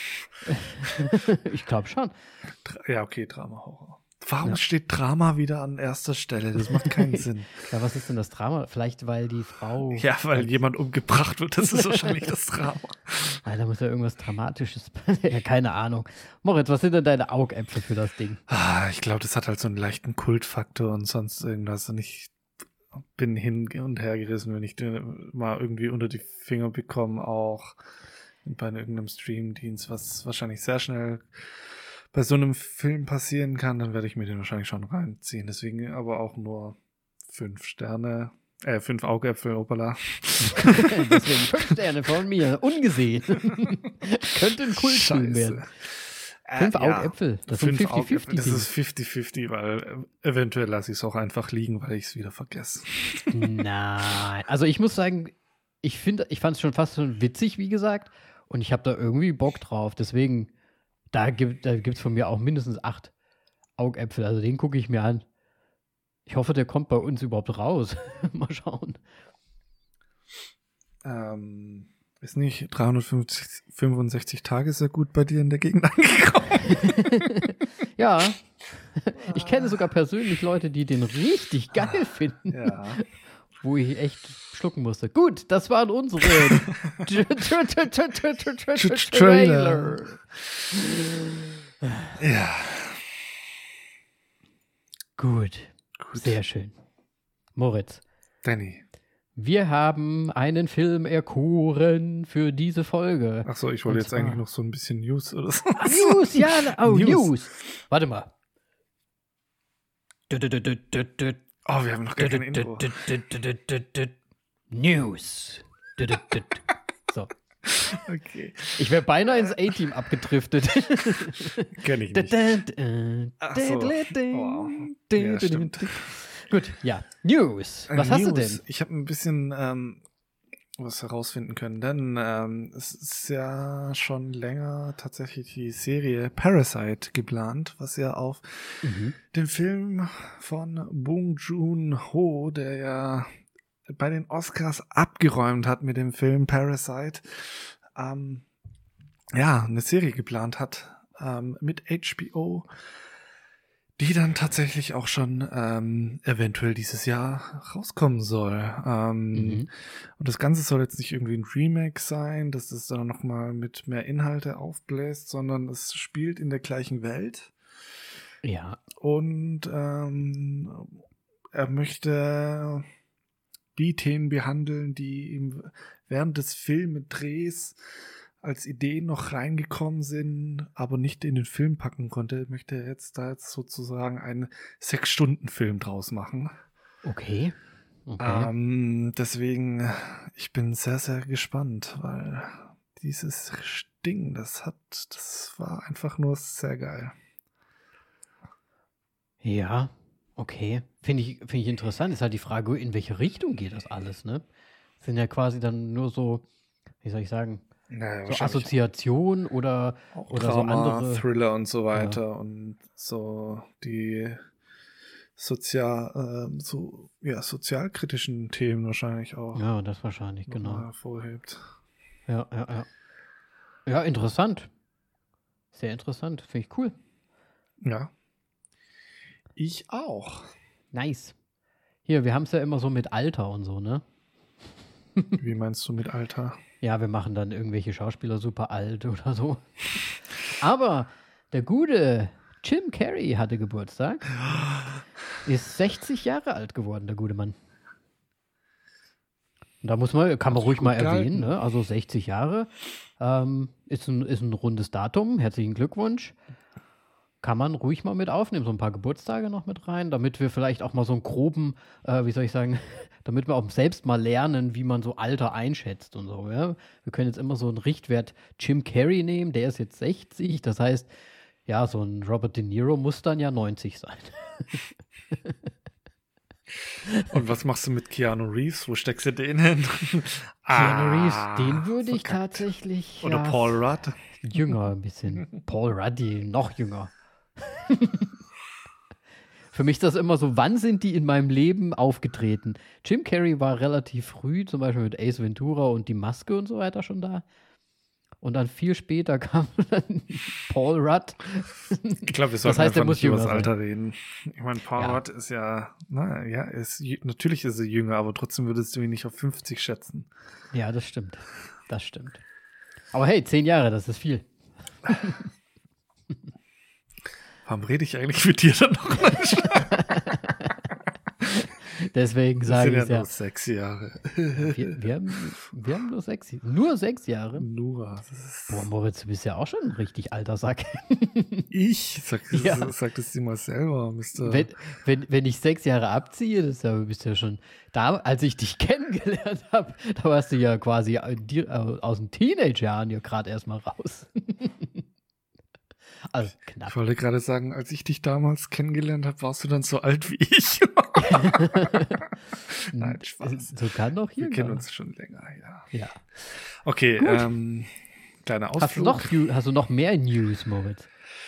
ich glaube schon. Ja, okay, Drama-Horror. Warum steht Drama wieder an erster Stelle? Das macht keinen Sinn. Ja, was ist denn das Drama? Vielleicht, weil die Frau... Ja, weil jemand umgebracht wird, das ist wahrscheinlich das Drama. Da muss ja irgendwas Dramatisches... ja, keine Ahnung. Moritz, was sind denn deine Augäpfel für das Ding? Ich glaube, das hat halt so einen leichten Kultfaktor und sonst irgendwas. Und ich bin hin und her gerissen, wenn ich den mal irgendwie unter die Finger bekomme, auch bei irgendeinem Streamdienst, was wahrscheinlich sehr schnell bei so einem Film passieren kann, dann werde ich mir den wahrscheinlich schon reinziehen. Deswegen aber auch nur 5 Sterne, 5 Augäpfel, hoppala. Deswegen 5 Sterne von mir, ungesehen. Könnte ein Kultfilm werden. 5 Augäpfel, das sind 50-50. Das ist 50-50, weil eventuell lasse ich es auch einfach liegen, weil ich es wieder vergesse. Nein, also ich muss sagen, ich fand es schon fast schon witzig, wie gesagt, und ich habe da irgendwie Bock drauf, deswegen Da gibt's von mir auch mindestens 8 Augäpfel. Also den gucke ich mir an. Ich hoffe, der kommt bei uns überhaupt raus. Mal schauen. Ist nicht 365 Tage sehr gut bei dir in der Gegend angekommen? Ja. Ich kenne sogar persönlich Leute, die den richtig geil finden. Ja. Wo ich echt schlucken musste. Gut, das waren unsere Trailer. Ja. Gut. Sehr schön. Moritz. Danny. Wir haben einen Film erkoren für diese Folge. Achso, ich wollte jetzt eigentlich noch so ein bisschen News oder so. News, ja. Oh, News. Warte mal. Oh, wir haben noch gar kein Intro. News. So. Okay. Ich wäre beinahe ins A-Team abgedriftet. Kenn ich nicht. Ach so. Oh. Ja, stimmt. Gut, ja. News. Was hast du denn? Ich habe ein bisschen was herausfinden können, denn es ist ja schon länger tatsächlich die Serie Parasite geplant, was ja auf den Film von Bong Joon-ho, der ja bei den Oscars abgeräumt hat mit dem Film Parasite, eine Serie geplant hat mit HBO, die dann tatsächlich auch schon eventuell dieses Jahr rauskommen soll. Und das Ganze soll jetzt nicht irgendwie ein Remake sein, dass es dann nochmal mit mehr Inhalte aufbläst, sondern es spielt in der gleichen Welt. Ja. Und er möchte die Themen behandeln, die ihm während des Filmdrehs als Ideen noch reingekommen sind, aber nicht in den Film packen konnte. Möchte er jetzt sozusagen einen 6-Stunden-Film draus machen. Okay. Deswegen, ich bin sehr, sehr gespannt, weil dieses Ding, das war einfach nur sehr geil. Ja, okay. Finde ich interessant. Ist halt die Frage, in welche Richtung geht das alles, ne? Sind ja quasi dann nur so, wie soll ich sagen, Naja, so Assoziation oder Drama, so andere Thriller und so weiter und so die sozialkritischen Themen wahrscheinlich auch. Ja, das wahrscheinlich, genau. Hervorhebt. Ja. Ja, interessant. Sehr interessant. Finde ich cool. Ja. Ich auch. Nice. Hier, wir haben es ja immer so mit Alter und so, ne? Wie meinst du mit Alter? Ja, wir machen dann irgendwelche Schauspieler super alt oder so. Aber der gute Jim Carrey hatte Geburtstag. Ist 60 Jahre alt geworden, der gute Mann. Und da kann man ruhig mal erwähnen, ne? Also 60 Jahre ist ein rundes Datum. Herzlichen Glückwunsch. Kann man ruhig mal mit aufnehmen, so ein paar Geburtstage noch mit rein, damit wir vielleicht auch mal so einen groben, wie soll ich sagen, damit wir auch selbst mal lernen, wie man so Alter einschätzt und so. Ja? Wir können jetzt immer so einen Richtwert Jim Carrey nehmen, der ist jetzt 60, das heißt, ja, so ein Robert De Niro muss dann ja 90 sein. Und was machst du mit Keanu Reeves? Wo steckst du den hin? Keanu Reeves, den würde ich tatsächlich. Oder Paul Rudd? Jünger ein bisschen. Paul Ruddy, noch jünger. Für mich ist das immer so, wann sind die in meinem Leben aufgetreten? Jim Carrey war relativ früh, zum Beispiel mit Ace Ventura und die Maske und so weiter schon da. Und dann viel später kam dann Paul Rudd. Ich glaube, wir sollten einfach nicht über das Alter reden. Ich meine, Paul Rudd ist natürlich ist er jünger, aber trotzdem würdest du ihn nicht auf 50 schätzen. Ja, das stimmt. Das stimmt. Aber hey, 10 Jahre, das ist viel. Warum rede ich eigentlich mit dir dann noch? Deswegen sage ich ja. Nur 6 Jahre. Wir haben nur 6 Jahre. Nur 6 Jahre? Nur. Boah, Moritz, du bist ja auch schon ein richtig alter Sack. Ich? Sag das dir mal selber, Mister. Wenn ich 6 Jahre abziehe, bist du ja schon da, als ich dich kennengelernt habe, da warst du ja quasi aus den Teenagerjahren ja gerade erstmal raus. Also knapp. Ich wollte gerade sagen, als ich dich damals kennengelernt habe, warst du dann so alt wie ich. Nein, Spaß. So kann doch hier. Wir kennen uns schon länger, ja. Okay, kleiner Ausflug. Hast du noch mehr News, Moritz?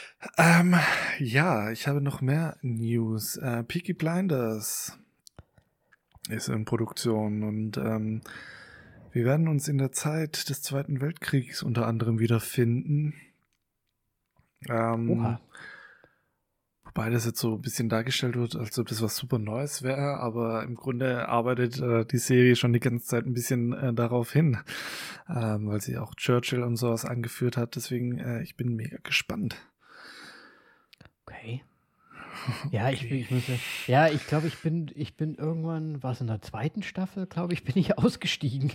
Ja, ich habe noch mehr News. Peaky Blinders ist in Produktion und wir werden uns in der Zeit des Zweiten Weltkriegs unter anderem wiederfinden. Oha. Wobei das jetzt so ein bisschen dargestellt wird, als ob das was super Neues wäre, aber im Grunde arbeitet die Serie schon die ganze Zeit ein bisschen darauf hin, weil sie auch Churchill und sowas angeführt hat. Deswegen, ich bin mega gespannt. Okay. Ja, okay. Ich glaube, ich bin irgendwann, war es in der 2. Staffel, glaube ich, bin ich ausgestiegen.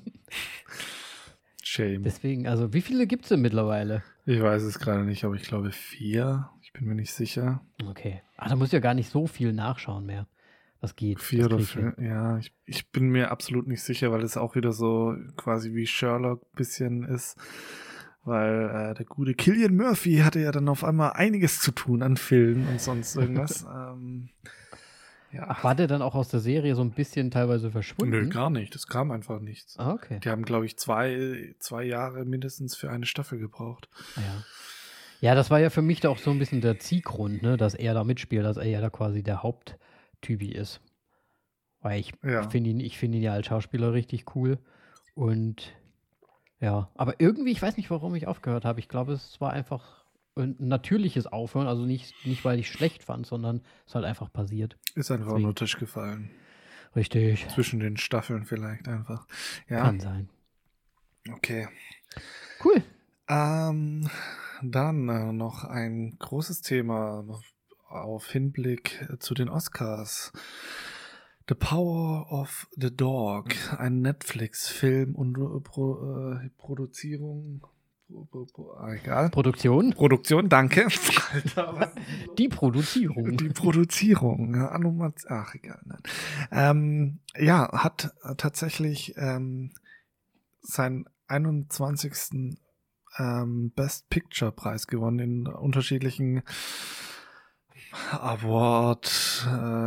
Shame. Deswegen, also wie viele gibt es denn mittlerweile? Ich weiß es gerade nicht, aber ich glaube 4. Ich bin mir nicht sicher. Okay. Da muss ja gar nicht so viel nachschauen mehr. Das geht. 4 oder 5. Ja, ich bin mir absolut nicht sicher, weil es auch wieder so quasi wie Sherlock ein bisschen ist. Weil der gute Cillian Murphy hatte ja dann auf einmal einiges zu tun an Filmen und sonst irgendwas. Ja. Ach, war der dann auch aus der Serie so ein bisschen teilweise verschwunden? Nö, gar nicht. Das kam einfach nichts. Ah, okay. Die haben, glaube ich, 2 Jahre mindestens für eine Staffel gebraucht. Ja, das war ja für mich da auch so ein bisschen der Zielgrund, ne, dass er da mitspielt, dass er ja da quasi der Haupttypi ist. Weil ich finde ihn ja als Schauspieler richtig cool. Und ja, aber irgendwie, ich weiß nicht, warum ich aufgehört habe. Ich glaube, es war einfach ein natürliches Aufhören, also nicht, weil ich schlecht fand, sondern es ist halt einfach passiert. Ist einfach unter den Tisch gefallen. Richtig. Zwischen den Staffeln vielleicht einfach. Ja. Kann sein. Okay. Cool. Dann noch ein großes Thema auf Hinblick zu den Oscars. The Power of the Dog, ein Netflix-Film und Produzierung. Egal. Produktion, danke. Alter, was? Die Produzierung. Die Produzierung. Ach, egal. Nein. Hat tatsächlich seinen 21. Best Picture Preis gewonnen in unterschiedlichen Award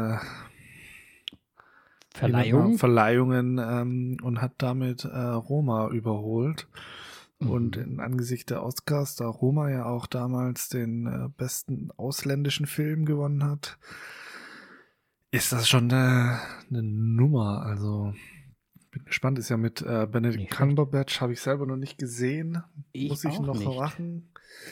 Verleihungen und hat damit Roma überholt. Und in Angesicht der Oscars, da Roma ja auch damals den besten ausländischen Film gewonnen hat, ist das schon eine Nummer. Also bin gespannt, ist ja mit Benedict Cumberbatch, habe ich selber noch nicht gesehen. Muss ich noch machen.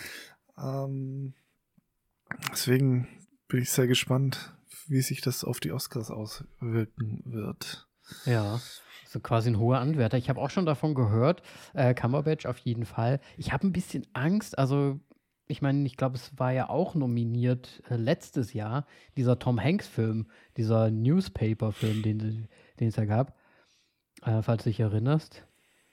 Deswegen bin ich sehr gespannt, wie sich das auf die Oscars auswirken wird. Ja, so quasi ein hoher Anwärter. Ich habe auch schon davon gehört, Cumberbatch auf jeden Fall. Ich habe ein bisschen Angst, also ich meine, ich glaube, es war ja auch nominiert letztes Jahr, dieser Tom Hanks-Film, dieser Newspaper-Film, den es ja gab, falls du dich erinnerst.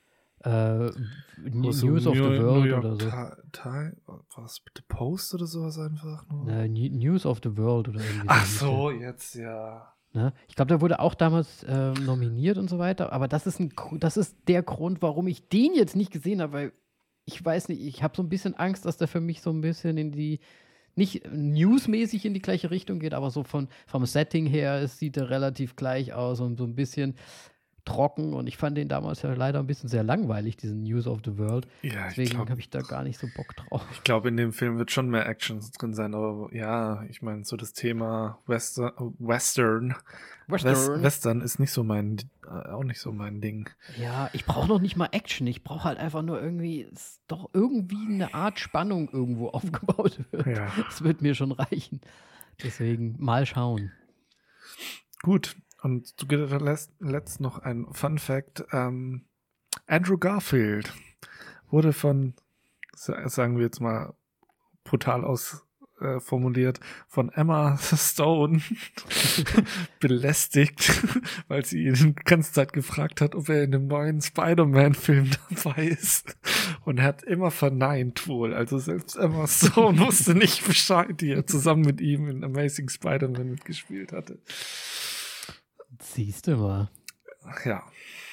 News of the World oder so. Was, The Post oder sowas einfach? News of the World oder irgendwie. Ach so, jetzt ja. Ne? Ich glaube, der wurde auch damals nominiert und so weiter, aber das ist der Grund, warum ich den jetzt nicht gesehen habe, weil ich weiß nicht, ich habe so ein bisschen Angst, dass der für mich so ein bisschen nicht newsmäßig in die gleiche Richtung geht, aber so vom Setting her, sieht er relativ gleich aus und so ein bisschen trocken und ich fand den damals ja leider ein bisschen sehr langweilig, diesen News of the World. Ja, deswegen habe ich da gar nicht so Bock drauf. Ich glaube, in dem Film wird schon mehr Action drin sein, aber ja, ich meine, so das Thema Western ist nicht so auch nicht so mein Ding. Ja, ich brauche noch nicht mal Action, ich brauche halt einfach nur irgendwie eine Art Spannung irgendwo aufgebaut wird. Ja. Das wird mir schon reichen. Deswegen mal schauen. Gut. Und zu guter Letzt noch ein Fun Fact. Andrew Garfield wurde von, sagen wir jetzt mal brutal formuliert, von Emma Stone belästigt, weil sie ihn die ganze Zeit gefragt hat, ob er in dem neuen Spider-Man-Film dabei ist. Und er hat immer verneint wohl. Also selbst Emma Stone wusste nicht Bescheid, die er zusammen mit ihm in Amazing Spider-Man mitgespielt hatte. Siehst du mal. Ja.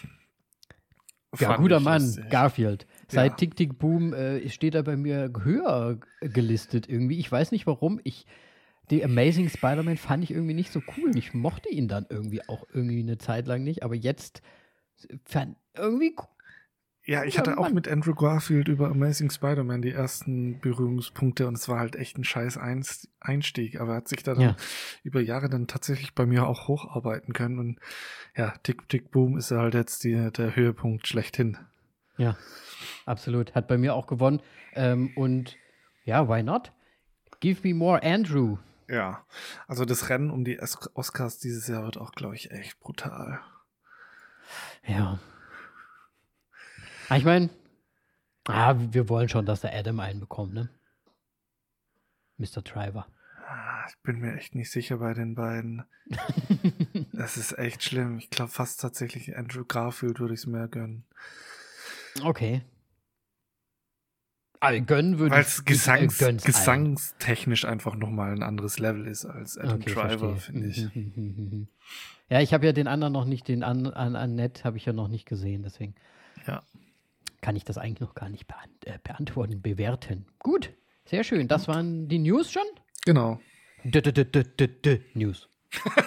Ja, guter Mann, lustig. Garfield. Seit Tick, Tick, Boom steht er bei mir höher gelistet irgendwie. Ich weiß nicht warum. Die Amazing Spider-Man fand ich irgendwie nicht so cool. Ich mochte ihn dann irgendwie eine Zeit lang nicht. Aber jetzt fand irgendwie cool. Ja, ich hatte auch mit Andrew Garfield über Amazing Spider-Man die ersten Berührungspunkte und es war halt echt ein scheiß Einstieg, aber er hat sich dann über Jahre dann tatsächlich bei mir auch hocharbeiten können und ja, Tick, Tick, Boom ist ja halt jetzt der Höhepunkt schlechthin. Ja, absolut. Hat bei mir auch gewonnen und ja, why not? Give me more Andrew. Ja, also das Rennen um die Oscars dieses Jahr wird auch, glaube ich, echt brutal. Ja. Ich meine, wir wollen schon, dass der Adam einen bekommt, ne? Mr. Driver. Ich bin mir echt nicht sicher bei den beiden. Das ist echt schlimm. Ich glaube fast tatsächlich Andrew Garfield würde ich es mehr gönnen. Okay. Also gönnen würde ich gesangstechnisch einfach nochmal ein anderes Level ist als Adam Driver, finde ich. Ja, ich habe ja den anderen noch nicht, den Annette habe ich ja noch nicht gesehen, deswegen. Ja. Kann ich das eigentlich noch gar nicht bewerten. Gut, sehr schön. Das waren die News schon? Genau. News.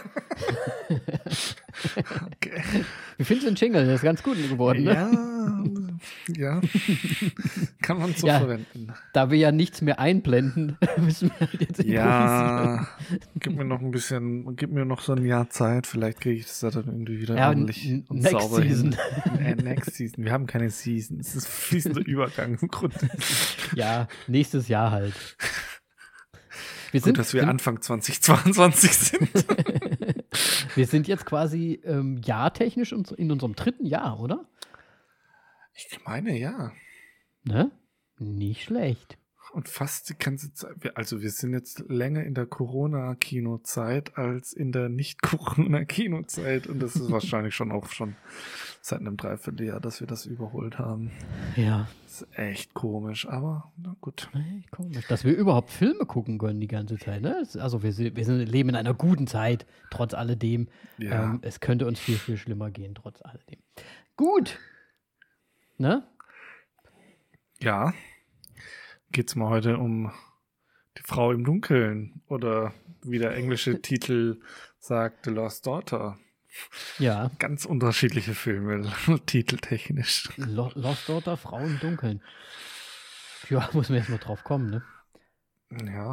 Okay. Wie findest du den Jingle? Der ist ganz gut geworden, ne? Ja. Kann man so verwenden. Da wir ja nichts mehr einblenden, müssen wir halt jetzt improvisieren. Gib mir noch so ein Jahr Zeit. Vielleicht kriege ich das dann irgendwie wieder ordentlich und sauber hin. Next Season. Wir haben keine Season. Es ist fließender Übergang im Grunde. Ja, nächstes Jahr halt. Gut, dass wir Anfang 2022 sind. Wir sind jetzt quasi jahrtechnisch in unserem 3. Jahr, oder? Ich meine, ja. Ne? Nicht schlecht. Und fast die ganze Zeit. Also wir sind jetzt länger in der Corona-Kinozeit als in der Nicht-Corona-Kinozeit. Und das ist wahrscheinlich schon seit einem Dreivierteljahr, dass wir das überholt haben. Ja. Das ist echt komisch, aber na gut. Echt komisch, dass wir überhaupt Filme gucken können die ganze Zeit. Ne? Also wir leben in einer guten Zeit, trotz alledem. Ja. Es könnte uns viel, viel schlimmer gehen, trotz alledem. Gut. Ne? Ja. Geht's mal heute um die Frau im Dunkeln oder wie der englische Titel sagt, The Lost Daughter. Ja. Ganz unterschiedliche Filme, titeltechnisch. Lost Daughter, Frau im Dunkeln. Ja, muss man erst mal drauf kommen, ne? Ja.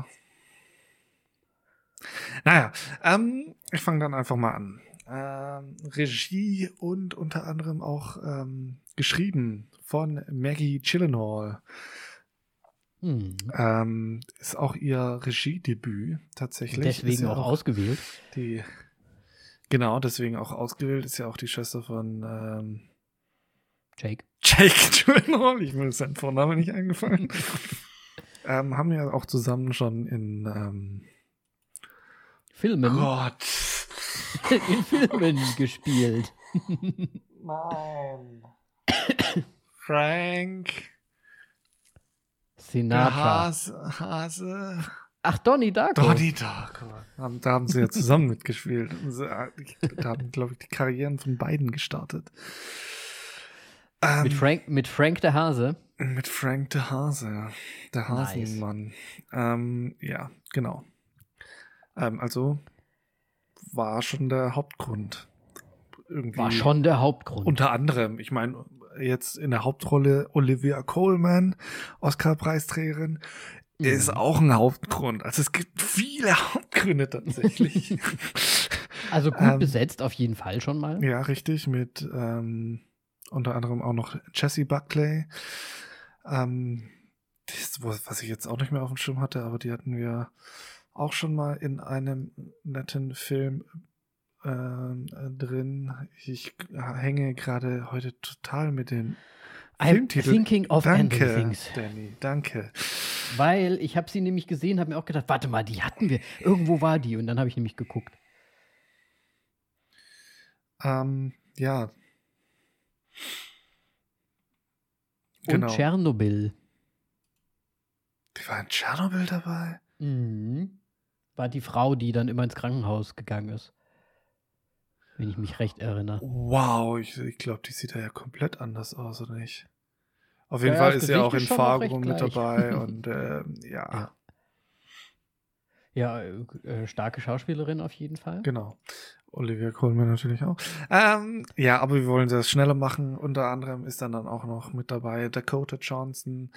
Naja, ich fange dann einfach mal an. Regie und unter anderem auch geschrieben von Maggie Gyllenhaal. Ist auch ihr Regiedebüt tatsächlich. Deswegen ja auch ausgewählt. Genau, deswegen auch ausgewählt. Ist ja auch die Schwester von Jake Gyllenhaal. Mir ist sein Vorname nicht eingefallen. Haben ja auch zusammen schon in Filmen. Gott. In Filmen gespielt. Nein. Frank Sinatra. Hase. Ach, Donnie Darko. Donnie Darko. Da haben sie ja zusammen mitgespielt. Da haben, glaube ich, die Karrieren von beiden gestartet. Mit Frank der Hase. Mit Frank der Hase. Der Hasenmann. Nice. Ja, genau. Also war schon der Hauptgrund. Irgendwie war schon der Hauptgrund. Unter anderem, ich meine, jetzt in der Hauptrolle Olivia Colman, Oscar-Preisträgerin, ist auch ein Hauptgrund. Also es gibt viele Hauptgründe tatsächlich. Also gut besetzt auf jeden Fall schon mal. Ja, richtig, mit unter anderem auch noch Jessie Buckley. Was ich jetzt auch nicht mehr auf dem Schirm hatte, aber die hatten wir auch schon mal in einem netten Film drin. Ich hänge gerade heute total mit den Filmtiteln. Thinking of Ending Things. Danny, danke. Weil ich habe sie nämlich gesehen, habe mir auch gedacht, warte mal, die hatten wir. Irgendwo war die. Und dann habe ich nämlich geguckt. Ja. Und Tschernobyl. Die war in Tschernobyl dabei? Mhm. War die Frau, die dann immer ins Krankenhaus gegangen ist. Wenn ich mich recht erinnere. Wow, ich glaube, die sieht ja komplett anders aus, oder nicht? Auf jeden Fall ist sie auch in Fargo mit dabei und ja. Ja, starke Schauspielerin auf jeden Fall. Genau. Olivia Colman natürlich auch. Ja, aber wir wollen das schneller machen. Unter anderem ist dann auch noch mit dabei Dakota Johnson,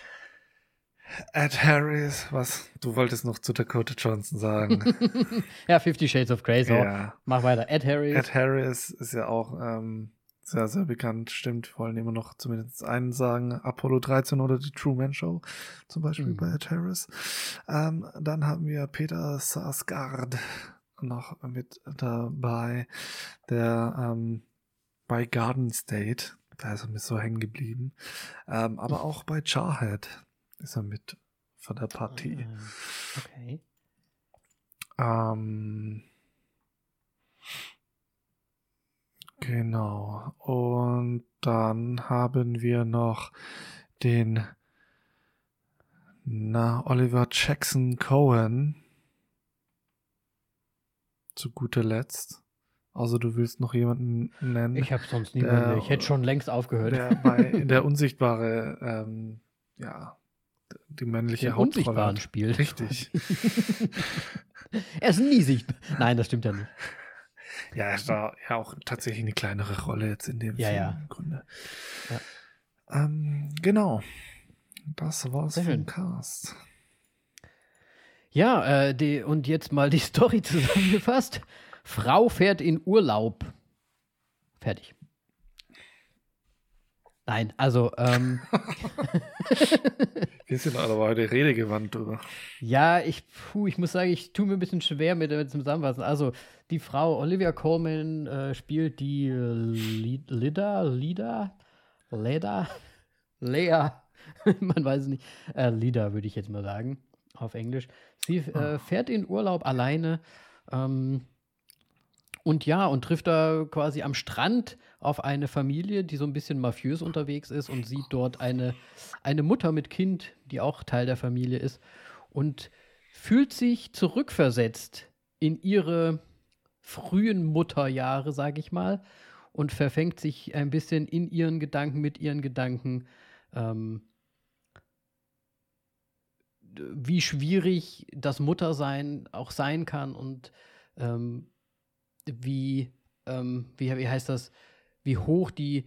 Ed Harris. Was? Du wolltest noch zu Dakota Johnson sagen. Ja, 50 Shades of Grey. So. Ja. Mach weiter. Ed Harris. Ed Harris ist ja auch sehr, sehr bekannt. Stimmt, wir wollen immer noch zumindest einen sagen. Apollo 13 oder die Truman Show zum Beispiel bei Ed Harris. Dann haben wir Peter Sarsgaard noch mit dabei, der bei Garden State, da ist er mir so hängen geblieben, aber auch bei Jarhead ist er mit von der Partie. Okay. Genau. Und dann haben wir noch den Oliver Jackson Cohen zu guter Letzt. Also du willst noch jemanden nennen? Ich habe sonst niemanden. Ich hätte schon längst aufgehört. Der Unsichtbare, die männliche Hauptrolle Unsichtbaren spielt. Richtig. Er ist nie sichtbar. Nein, das stimmt ja nicht. Ja, er war ja auch tatsächlich eine kleinere Rolle jetzt in dem Film im Grunde. Ja. Genau. Das war's vom Cast. Ja, und jetzt mal die Story zusammengefasst. Frau fährt in Urlaub. Fertig. Nein, also wir sind aber heute redegewandt drüber. Ja, ich muss sagen, ich tue mir ein bisschen schwer mit dem Zusammenfassen. Also, die Frau Olivia Colman spielt die Lea Man weiß es nicht. Lida würde ich jetzt mal sagen, auf Englisch. Sie fährt in Urlaub alleine und trifft da quasi am Strand auf eine Familie, die so ein bisschen mafiös unterwegs ist und sieht dort eine Mutter mit Kind, die auch Teil der Familie ist und fühlt sich zurückversetzt in ihre frühen Mutterjahre, sage ich mal, und verfängt sich ein bisschen in ihren Gedanken, mit ihren Gedanken, wie schwierig das Muttersein auch sein kann und wie heißt das, wie hoch die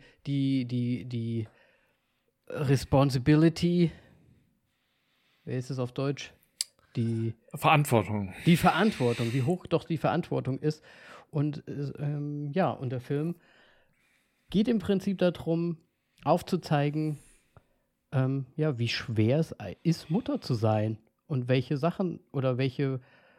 Responsibility, wie ist es auf Deutsch? Die Verantwortung. Die Verantwortung, wie hoch doch die Verantwortung ist. Und und der Film geht im Prinzip darum, aufzuzeigen, wie schwer es ist, Mutter zu sein und welche Sachen oder welche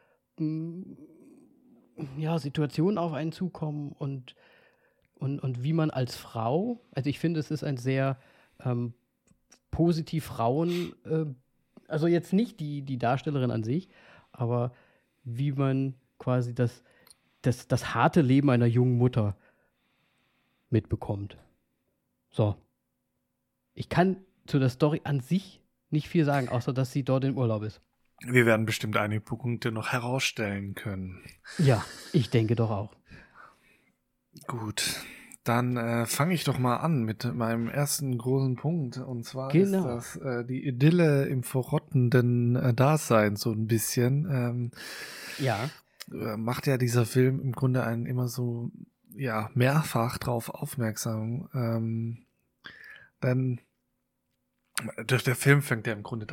Situationen auf einen zukommen und wie man als Frau, also ich finde, es ist ein sehr positiv Frauen, also jetzt nicht die Darstellerin an sich, aber wie man quasi das harte Leben einer jungen Mutter mitbekommt. So. Ich kann zu der Story an sich nicht viel sagen, außer dass sie dort im Urlaub ist. Wir werden bestimmt einige Punkte noch herausstellen können. Ja, ich denke doch auch. Gut, dann fange ich doch mal an mit meinem ersten großen Punkt. Und zwar ist das die Idylle im verrottenden Dasein so ein bisschen. Macht ja dieser Film im Grunde einen immer so mehrfach drauf aufmerksam. Denn der Film fängt ja im Grunde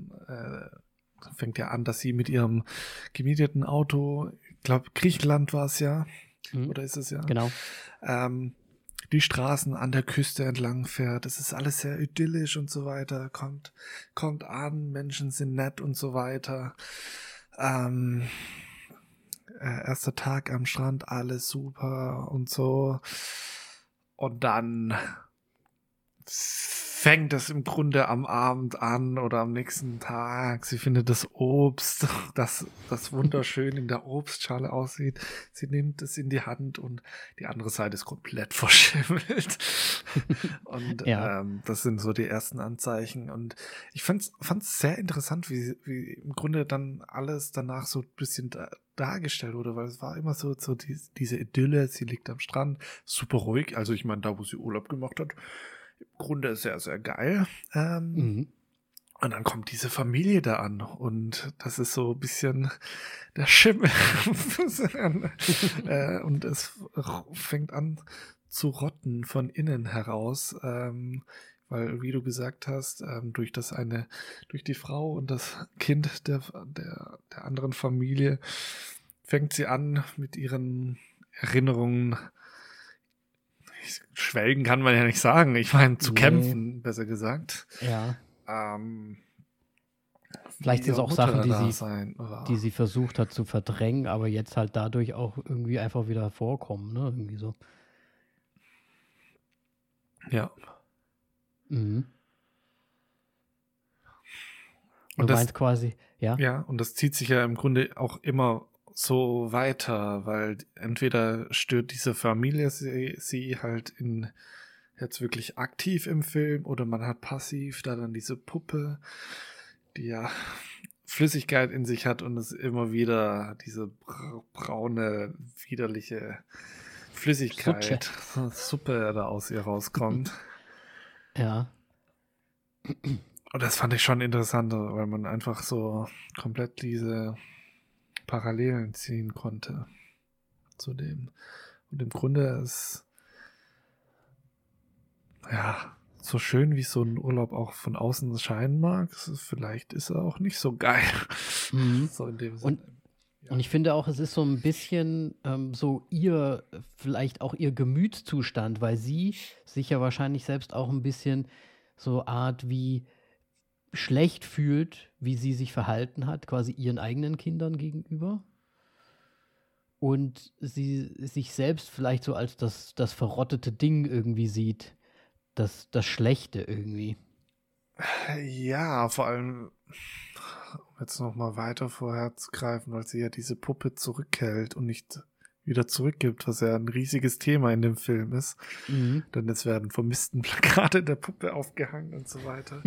an, dass sie mit ihrem gemieteten Auto, ich glaube Griechenland war es ja, oder ist es ja? Genau. Die Straßen an der Küste entlang fährt. Es ist alles sehr idyllisch und so weiter. Kommt an, Menschen sind nett und so weiter. Erster Tag am Strand, alles super und so. Und dann fängt es im Grunde am Abend an oder am nächsten Tag. Sie findet das Obst, das wunderschön in der Obstschale aussieht. Sie nimmt es in die Hand und die andere Seite ist komplett verschimmelt. Und das sind so die ersten Anzeichen. Und ich fand's sehr interessant, wie im Grunde dann alles danach so ein bisschen dargestellt wurde, weil es war immer so diese Idylle. Sie liegt am Strand, super ruhig. Also ich meine, da wo sie Urlaub gemacht hat, im Grunde sehr, sehr geil. Und dann kommt diese Familie da an und das ist so ein bisschen der Schimmel. Und es fängt an zu rotten von innen heraus, weil, wie du gesagt hast, durch die Frau und das Kind der anderen Familie fängt sie an mit ihren Erinnerungen. Schwelgen kann man ja nicht sagen. Ich meine, zu kämpfen, besser gesagt. Ja. Vielleicht sind es auch Sachen, die sie versucht hat zu verdrängen, aber jetzt halt dadurch auch irgendwie einfach wieder vorkommen, ne? Irgendwie so. Ja. Mhm. Und du meinst quasi, ja? Ja, und das zieht sich ja im Grunde auch immer so weiter, weil entweder stört diese Familie sie halt jetzt wirklich aktiv im Film oder man hat passiv da dann diese Puppe, die ja Flüssigkeit in sich hat und es immer wieder diese braune, widerliche Flüssigkeit, Suppe da aus ihr rauskommt. Ja. Und das fand ich schon interessant, weil man einfach so komplett diese Parallelen ziehen konnte zu dem. Und im Grunde ist so schön, wie so ein Urlaub auch von außen scheinen mag, vielleicht ist er auch nicht so geil. So in dem Sinne. Und ich finde auch, es ist so ein bisschen vielleicht auch ihr Gemütszustand, weil sie sich ja wahrscheinlich selbst auch ein bisschen so Art wie schlecht fühlt, wie sie sich verhalten hat, quasi ihren eigenen Kindern gegenüber. Und sie sich selbst vielleicht so als das verrottete Ding irgendwie sieht. Das Schlechte irgendwie. Ja, vor allem, um jetzt noch mal weiter vorherzugreifen, weil sie ja diese Puppe zurückhält und nicht wieder zurückgibt, was ja ein riesiges Thema in dem Film ist. Mhm. Denn es werden Vermisstenplakate der Puppe aufgehangen und so weiter.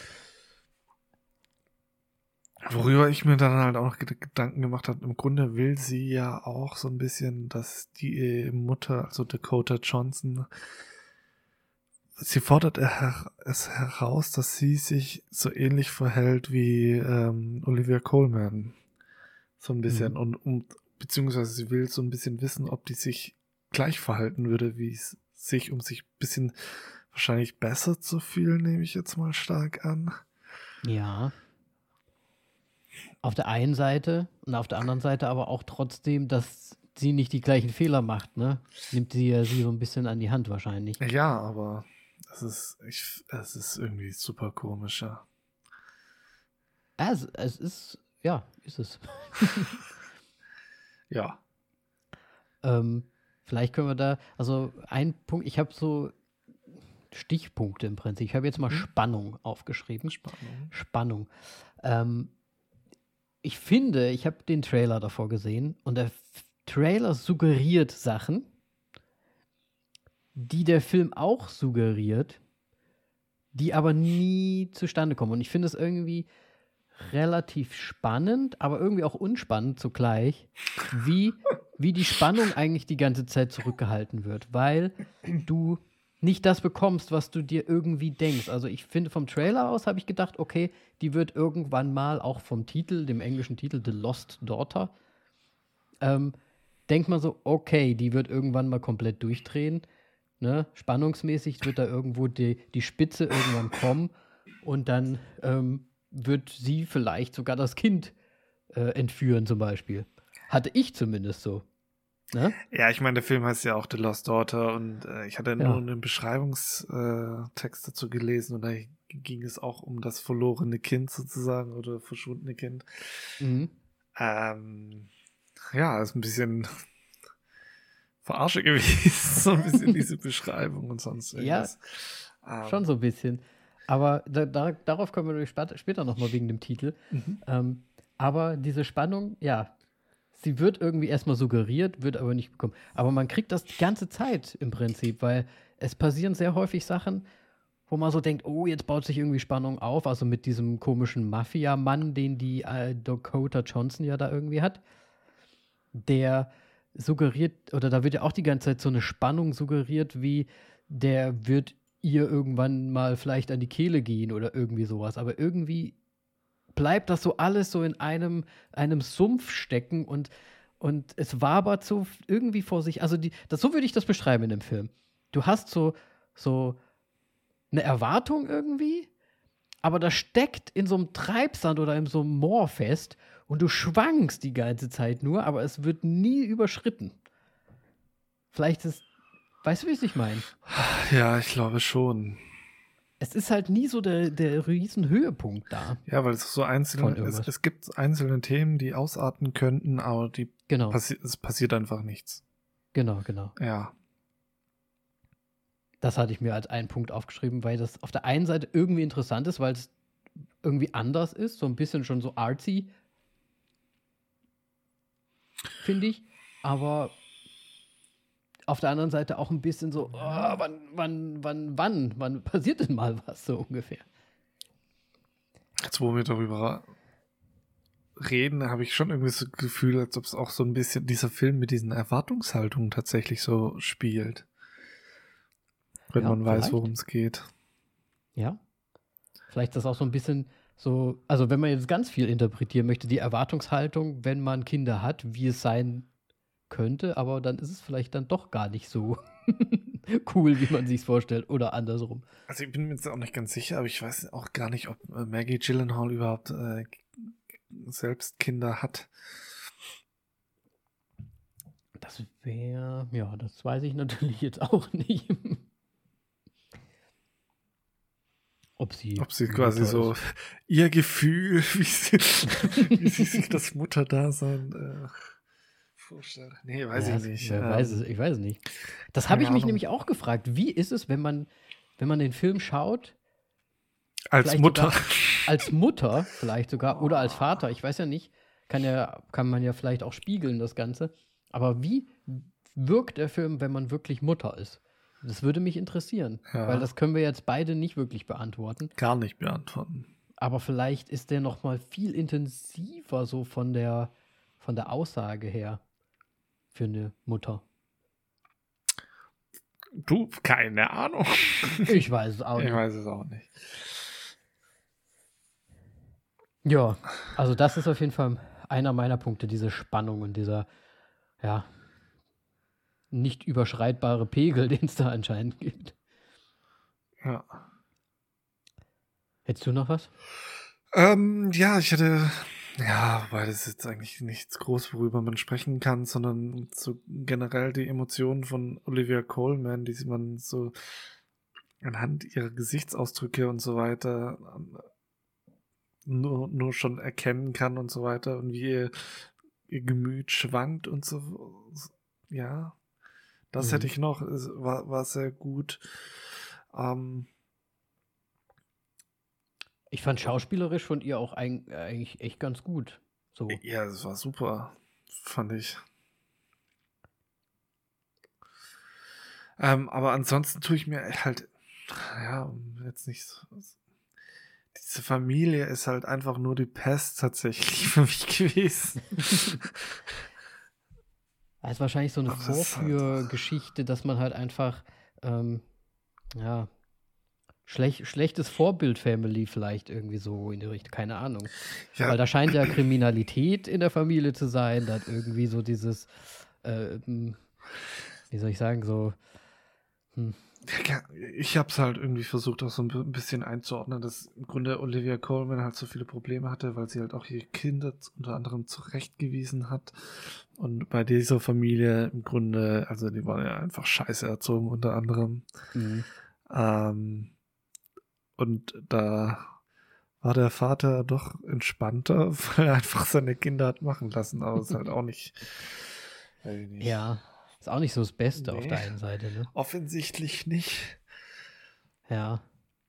Worüber ich mir dann halt auch noch Gedanken gemacht habe, im Grunde will sie ja auch so ein bisschen, dass die Mutter, also Dakota Johnson, sie fordert es heraus, dass sie sich so ähnlich verhält wie Olivia Colman. So ein bisschen. Und beziehungsweise sie will so ein bisschen wissen, ob die sich gleich verhalten würde, wie es sich, um sich ein bisschen wahrscheinlich besser zu fühlen, nehme ich jetzt mal stark an. Ja. Auf der einen Seite und auf der anderen Seite aber auch trotzdem, dass sie nicht die gleichen Fehler macht, ne? Nimmt sie ja sie so ein bisschen an die Hand wahrscheinlich. Ja, aber es ist irgendwie super komisch, ja. Es ist, ja, ist es. Ja. Vielleicht können wir da, also ein Punkt, ich habe so Stichpunkte im Prinzip. Ich habe jetzt mal Spannung aufgeschrieben. Spannung. Ich finde, ich habe den Trailer davor gesehen und der Trailer suggeriert Sachen, die der Film auch suggeriert, die aber nie zustande kommen. Und ich finde es irgendwie relativ spannend, aber irgendwie auch unspannend zugleich, wie die Spannung eigentlich die ganze Zeit zurückgehalten wird, weil du nicht das bekommst, was du dir irgendwie denkst. Also ich finde, vom Trailer aus habe ich gedacht, okay, die wird irgendwann mal, auch vom Titel, dem englischen Titel The Lost Daughter, denkt man so, okay, die wird irgendwann mal komplett durchdrehen. Ne? Spannungsmäßig wird da irgendwo die Spitze irgendwann kommen und dann wird sie vielleicht sogar das Kind entführen zum Beispiel. Hatte ich zumindest so. Ne? Ja, ich meine, der Film heißt ja auch The Lost Daughter und ich hatte nur einen Beschreibungstext dazu gelesen und da ging es auch um das verlorene Kind sozusagen oder verschwundene Kind. Mhm. Ja, ist ein bisschen Verarsche gewesen, so ein bisschen diese Beschreibung und sonst irgendwas. Ja, schon so ein bisschen. Aber darauf kommen wir später nochmal wegen dem Titel. Aber diese Spannung, ja, sie wird irgendwie erstmal suggeriert, wird aber nicht bekommen. Aber man kriegt das die ganze Zeit im Prinzip, weil es passieren sehr häufig Sachen, wo man so denkt, oh, jetzt baut sich irgendwie Spannung auf. Also mit diesem komischen Mafia-Mann, den die Dakota Johnson ja da irgendwie hat. Der suggeriert, oder da wird ja auch die ganze Zeit so eine Spannung suggeriert, wie der wird ihr irgendwann mal vielleicht an die Kehle gehen oder irgendwie sowas. Aber irgendwie bleibt das so alles so in einem Sumpf stecken und es wabert so irgendwie vor sich. Also so würde ich das beschreiben in dem Film. Du hast so eine Erwartung irgendwie, aber das steckt in so einem Treibsand oder in so einem Moor fest und du schwankst die ganze Zeit nur, aber es wird nie überschritten. Weißt du, wie ich meine? Ja, ich glaube schon. Es ist halt nie so der riesen Höhepunkt da. Ja, weil es so es gibt einzelne Themen, die ausarten könnten, aber es passiert einfach nichts. Genau. Ja. Das hatte ich mir als einen Punkt aufgeschrieben, weil das auf der einen Seite irgendwie interessant ist, weil es irgendwie anders ist, so ein bisschen schon so artsy, finde ich, aber auf der anderen Seite auch ein bisschen so, wann passiert denn mal was, so ungefähr? Jetzt, wo wir darüber reden, habe ich schon irgendwie so das Gefühl, als ob es auch so ein bisschen dieser Film mit diesen Erwartungshaltungen tatsächlich so spielt. Wenn man weiß, worum es geht. Ja. Vielleicht ist das auch so ein bisschen so, also wenn man jetzt ganz viel interpretieren möchte, die Erwartungshaltung, wenn man Kinder hat, wie es sein könnte, aber dann ist es vielleicht dann doch gar nicht so cool, wie man sich vorstellt, oder andersrum. Also ich bin mir jetzt auch nicht ganz sicher, aber ich weiß auch gar nicht, ob Maggie Gyllenhaal überhaupt selbst Kinder hat. Das weiß ich natürlich jetzt auch nicht. Ob sie quasi so ihr Gefühl, wie sie sich das Mutterdasein vorstellt. Nee, weiß ich nicht. Ich weiß es nicht. Das habe ich mich nämlich auch gefragt. Wie ist es, wenn man den Film schaut Als vielleicht Mutter. sogar als Mutter vielleicht sogar oder als Vater, ich weiß ja nicht, kann man ja vielleicht auch spiegeln, das Ganze. Aber wie wirkt der Film, wenn man wirklich Mutter ist? Das würde mich interessieren, weil Ja, das können wir jetzt beide nicht wirklich beantworten. gar nicht beantworten. Aber vielleicht ist der noch mal viel intensiver so von der Aussage her für eine Mutter. Du, keine Ahnung. Ich weiß es auch Ich nicht. weiß es auch nicht. Ja, also das ist auf jeden Fall einer meiner Punkte, diese Spannung und dieser, ja, nicht überschreitbare Pegel, den es da anscheinend gibt. Ja. Hättest du noch was? Ja, ich hätte, ja, weil das ist jetzt eigentlich nichts groß, worüber man sprechen kann, sondern so generell die Emotionen von Olivia Colman, die man so anhand ihrer Gesichtsausdrücke und so weiter nur schon erkennen kann und so weiter und wie ihr Gemüt schwankt und so. Ja, das hätte ich noch. Es war sehr gut. Ich fand schauspielerisch von ihr auch eigentlich echt ganz gut. So. Ja, es war super, fand ich. Aber ansonsten tue ich mir halt, ja, jetzt nicht so. Diese Familie ist halt einfach nur die Pest tatsächlich für mich gewesen. Das ist wahrscheinlich so eine Aber das ist halt- Vorführgeschichte, dass man halt einfach, ja, schlechtes Vorbild-Family vielleicht irgendwie so in die Richtung, keine Ahnung. Ja, Weil da scheint ja Kriminalität in der Familie zu sein, da hat irgendwie so dieses, wie soll ich sagen, so, ja, ich habe es halt irgendwie versucht, auch so ein bisschen einzuordnen, dass im Grunde Olivia Colman halt so viele Probleme hatte, weil sie halt auch ihre Kinder unter anderem zurechtgewiesen hat. Und bei dieser Familie im Grunde, also die waren ja einfach scheiße erzogen unter anderem. Und da war der Vater doch entspannter, weil er einfach seine Kinder hat machen lassen, aber es ist halt auch nicht. Weiß ich nicht. ja, ist auch nicht so das Beste auf Nee. der einen Seite, ne? Offensichtlich nicht. Ja.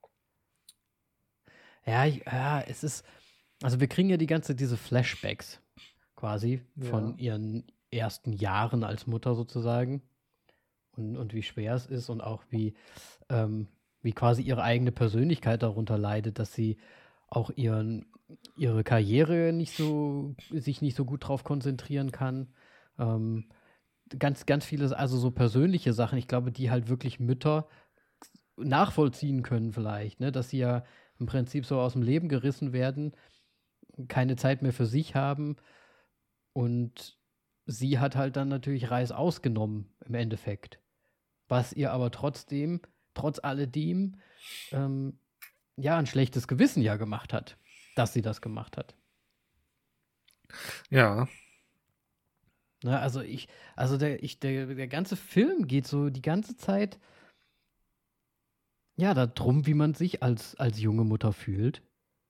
Ja, es ist, also wir kriegen ja diese Flashbacks quasi von ihren ersten Jahren als Mutter sozusagen und wie schwer es ist und auch wie quasi ihre eigene Persönlichkeit darunter leidet, dass sie auch ihre Karriere sich nicht so gut drauf konzentrieren kann. Ganz vieles, also so persönliche Sachen, ich glaube, die halt wirklich Mütter nachvollziehen können vielleicht, ne? Dass sie ja im Prinzip so aus dem Leben gerissen werden, keine Zeit mehr für sich haben und sie hat halt dann natürlich Reißaus genommen im Endeffekt. Was ihr aber trotz alledem, ja, ein schlechtes Gewissen ja gemacht hat, dass sie das gemacht hat. Ja. Ne, also der ganze Film geht so die ganze Zeit ja darum, wie man sich als junge Mutter fühlt.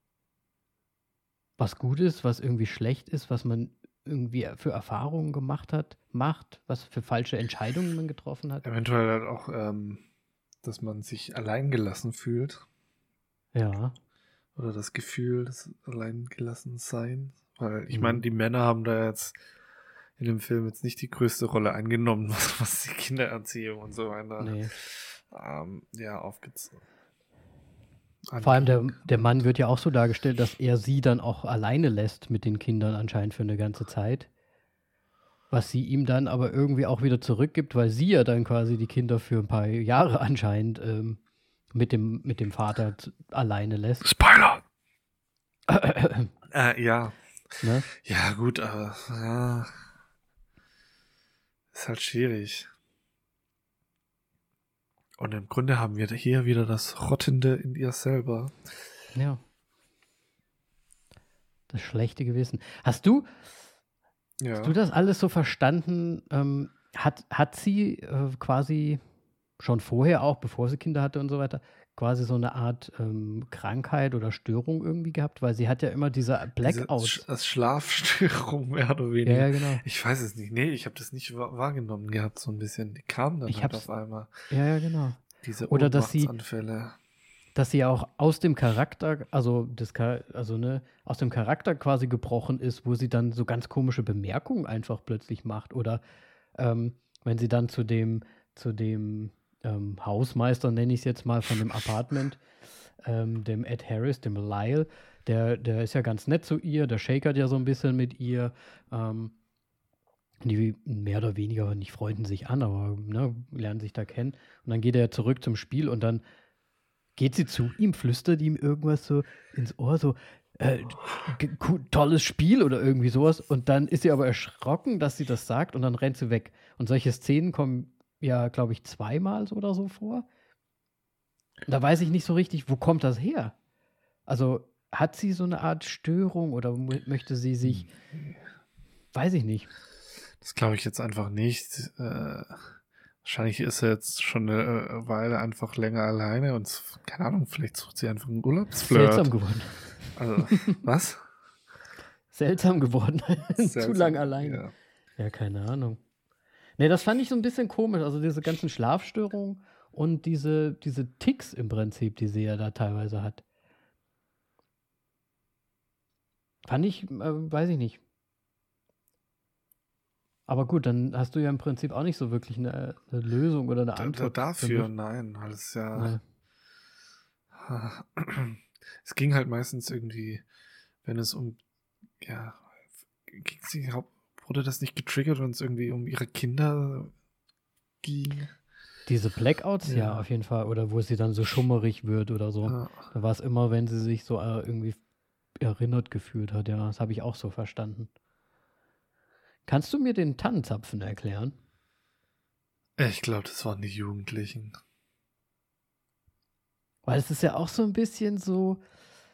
Was gut ist, was irgendwie schlecht ist, was man irgendwie für Erfahrungen macht, was für falsche Entscheidungen man getroffen hat. Eventuell halt auch, dass man sich alleingelassen fühlt. Ja. Oder das Gefühl des Alleingelassenseins. Weil ich meine, die Männer haben da jetzt in dem Film jetzt nicht die größte Rolle eingenommen, was die Kindererziehung und so weiter aufgezogen. Vor allem der Mann wird ja auch so dargestellt, dass er sie dann auch alleine lässt mit den Kindern anscheinend für eine ganze Zeit. Was sie ihm dann aber irgendwie auch wieder zurückgibt, weil sie ja dann quasi die Kinder für ein paar Jahre anscheinend mit dem Vater alleine lässt. Spoiler! Ja. Ne? Ja, gut, aber ja. Ist halt schwierig. Und im Grunde haben wir hier wieder das Rottende in ihr selber. Ja. Das schlechte Gewissen. Hast du das alles so verstanden? Hat sie quasi schon vorher auch, bevor sie Kinder hatte und so weiter, quasi so eine Art Krankheit oder Störung irgendwie gehabt? Weil sie hat ja immer diese Blackouts. Als Schlafstörung mehr oder weniger. Ja, genau. Ich weiß es nicht. Nee, ich habe das nicht wahrgenommen gehabt, so ein bisschen. Die kamen dann halt auf einmal. Ja, genau. Diese Oder dass sie Ohnmachtsanfälle. dass sie auch aus dem Charakter, aus dem Charakter quasi gebrochen ist, wo sie dann so ganz komische Bemerkungen einfach plötzlich macht. Oder wenn sie dann zu dem Hausmeister, nenne ich es jetzt mal, von dem Apartment, dem Ed Harris, dem Lyle, der ist ja ganz nett zu ihr, der shakert ja so ein bisschen mit ihr. Die mehr oder weniger nicht freunden sich an, aber lernen sich da kennen. Und dann geht er zurück zum Spiel und dann geht sie zu ihm, flüstert ihm irgendwas so ins Ohr, so tolles Spiel oder irgendwie sowas. Und dann ist sie aber erschrocken, dass sie das sagt und dann rennt sie weg. Und solche Szenen kommen ja, glaube ich, zweimal oder so vor. Da weiß ich nicht so richtig, wo kommt das her? Also hat sie so eine Art Störung oder möchte sie sich, weiß ich nicht. Das glaube ich jetzt einfach nicht. Wahrscheinlich ist er jetzt schon eine Weile einfach länger alleine und keine Ahnung, vielleicht sucht sie einfach einen Urlaubsflirt. Seltsam geworden. Also, was? Seltsam geworden. Seltsam, Zu lang alleine. Ja, keine Ahnung. Nee, das fand ich so ein bisschen komisch. Also diese ganzen Schlafstörungen und diese Ticks im Prinzip, die sie ja da teilweise hat. Fand ich, weiß ich nicht. Aber gut, dann hast du ja im Prinzip auch nicht so wirklich eine Lösung oder eine Antwort. Dafür, nein. Alles ja. Es ging halt meistens irgendwie, wenn es wurde das nicht getriggert, wenn es irgendwie um ihre Kinder ging? Diese Blackouts, ja, auf jeden Fall. Oder wo sie dann so schummerig wird oder so. Ja. Da war es immer, wenn sie sich so irgendwie erinnert gefühlt hat. Ja, das habe ich auch so verstanden. Kannst du mir den Tannenzapfen erklären? Ich glaube, das waren die Jugendlichen. Weil es ist ja auch so ein bisschen so,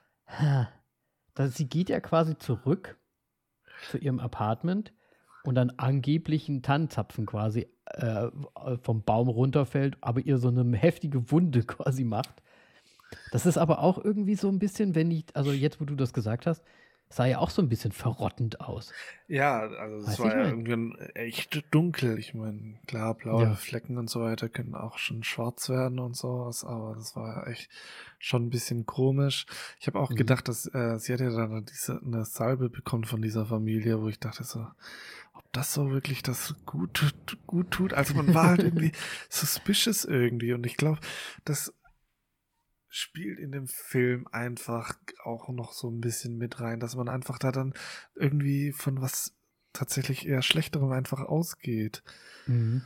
sie geht ja quasi zurück zu ihrem Apartment und dann angeblich ein Tannenzapfen quasi vom Baum runterfällt, aber ihr so eine heftige Wunde quasi macht. Das ist aber auch irgendwie so ein bisschen, also jetzt, wo du das gesagt hast, sah ja auch so ein bisschen verrottend aus. Ja, also es war ja irgendwie echt dunkel. Ich meine, klar, blaue Flecken und so weiter können auch schon schwarz werden und sowas, aber das war ja echt schon ein bisschen komisch. Ich habe auch gedacht, dass sie hat ja dann eine Salbe bekommen von dieser Familie, wo ich dachte so, ob das so wirklich das gut tut. Also man war halt irgendwie suspicious irgendwie und ich glaube, das spielt in dem Film einfach auch noch so ein bisschen mit rein, dass man einfach da dann irgendwie von was tatsächlich eher Schlechterem einfach ausgeht. Mhm.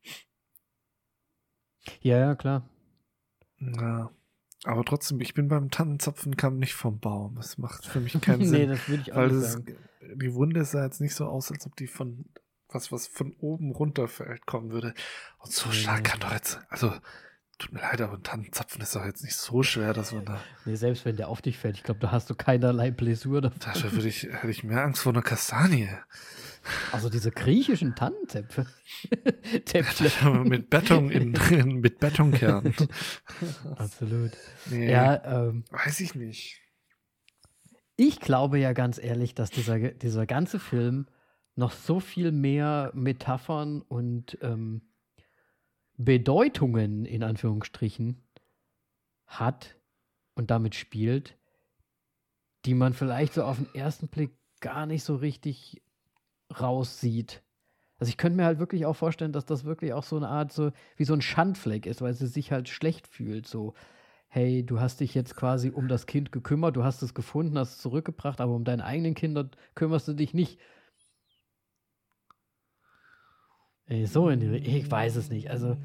Ja, klar. Ja, aber trotzdem, ich bin beim Tannenzapfen, kam nicht vom Baum. Das macht für mich keinen Sinn. Nee, das würde ich auch nicht sagen. Die Wunde sah jetzt nicht so aus, als ob die von was von oben runterfällt kommen würde. Und so stark kann doch jetzt, also tut mir leid, aber ein Tannenzapfen ist doch jetzt nicht so schwer, dass man da... Nee, selbst wenn der auf dich fällt, ich glaube, da hast du keinerlei Blessur davon. Dafür hätte ich mehr Angst vor einer Kastanie. Also diese griechischen Tannenzäpfe. mit mit Betonkernen. Absolut. Nee, ja, weiß ich nicht. Ich glaube ja ganz ehrlich, dass dieser ganze Film noch so viel mehr Metaphern und Bedeutungen in Anführungsstrichen hat und damit spielt, die man vielleicht so auf den ersten Blick gar nicht so richtig raussieht. Also ich könnte mir halt wirklich auch vorstellen, dass das wirklich auch so eine Art so wie so ein Schandfleck ist, weil sie sich halt schlecht fühlt, so hey, du hast dich jetzt quasi um das Kind gekümmert, du hast es gefunden, hast es zurückgebracht, aber um deine eigenen Kinder kümmerst du dich nicht. So ich weiß es nicht, also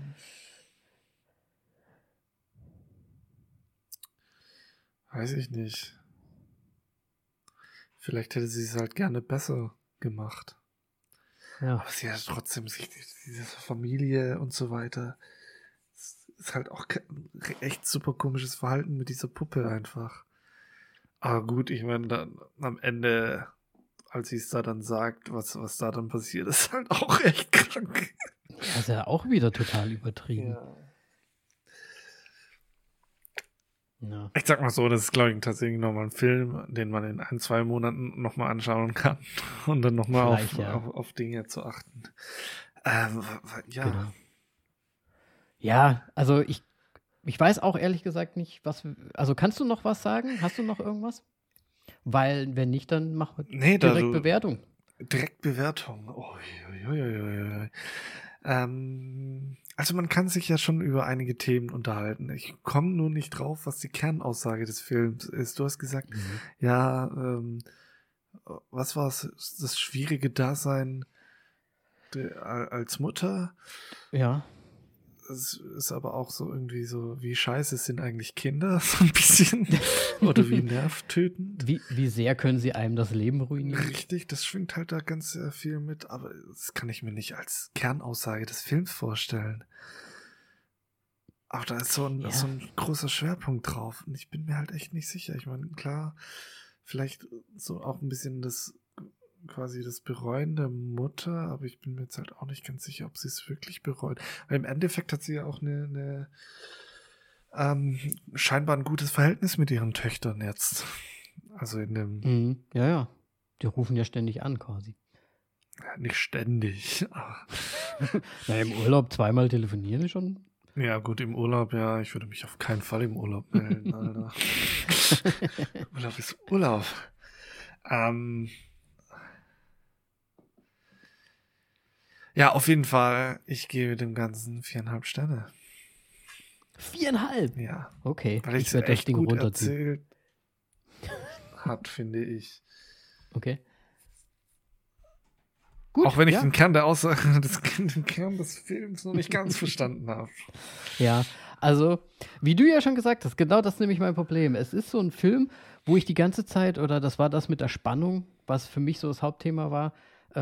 weiß ich nicht. Vielleicht hätte sie es halt gerne besser gemacht. Ja. Aber sie hat trotzdem diese Familie und so weiter. Es ist halt auch echt super komisches Verhalten mit dieser Puppe einfach. Aber gut, ich meine, dann am Ende, als sie es da dann sagt, was da dann passiert, ist halt auch echt krank. Das ist ja auch wieder total übertrieben. Ja. Ich sag mal so, das ist, glaube ich, tatsächlich nochmal ein Film, den man in 1-2 Monaten nochmal anschauen kann und dann nochmal auf Dinge zu achten. Genau. Ja, also Ich weiß auch ehrlich gesagt nicht, also kannst du noch was sagen? Hast du noch irgendwas? Weil, wenn nicht, dann machen wir direkt Bewertung. Direkt Bewertung. Also man kann sich ja schon über einige Themen unterhalten. Ich komme nur nicht drauf, was die Kernaussage des Films ist. Du hast gesagt, was war es? Das schwierige Dasein als Mutter? Ja. Es ist aber auch so irgendwie so, wie scheiße sind eigentlich Kinder, so ein bisschen. Oder wie nervtötend. Wie sehr können sie einem das Leben ruinieren? Richtig, das schwingt halt da ganz viel mit, aber das kann ich mir nicht als Kernaussage des Films vorstellen. Aber da ist so ein großer Schwerpunkt drauf und ich bin mir halt echt nicht sicher. Ich meine, klar, vielleicht so auch ein bisschen das Bereuen der Mutter, aber ich bin mir jetzt halt auch nicht ganz sicher, ob sie es wirklich bereut. Weil im Endeffekt hat sie ja auch eine scheinbar ein gutes Verhältnis mit ihren Töchtern jetzt. Also in dem... Ja. Die rufen ja ständig an quasi. Ja, nicht ständig. Na, im Urlaub zweimal telefonieren ist schon... Ja gut, im Urlaub, ja. Ich würde mich auf keinen Fall im Urlaub melden, Alter. Urlaub ist Urlaub. Ja, auf jeden Fall. Ich gebe dem Ganzen 4,5 Sterne. 4,5? Ja. Okay. Weil ich werde das echt Ding gut erzählt hat, finde ich. Okay. Gut, auch wenn ich den Kern der Aussage, den Kern des Films noch nicht ganz verstanden habe. Ja, also, wie du ja schon gesagt hast, genau das ist nämlich mein Problem. Es ist so ein Film, wo ich die ganze Zeit, oder das war das mit der Spannung, was für mich so das Hauptthema war,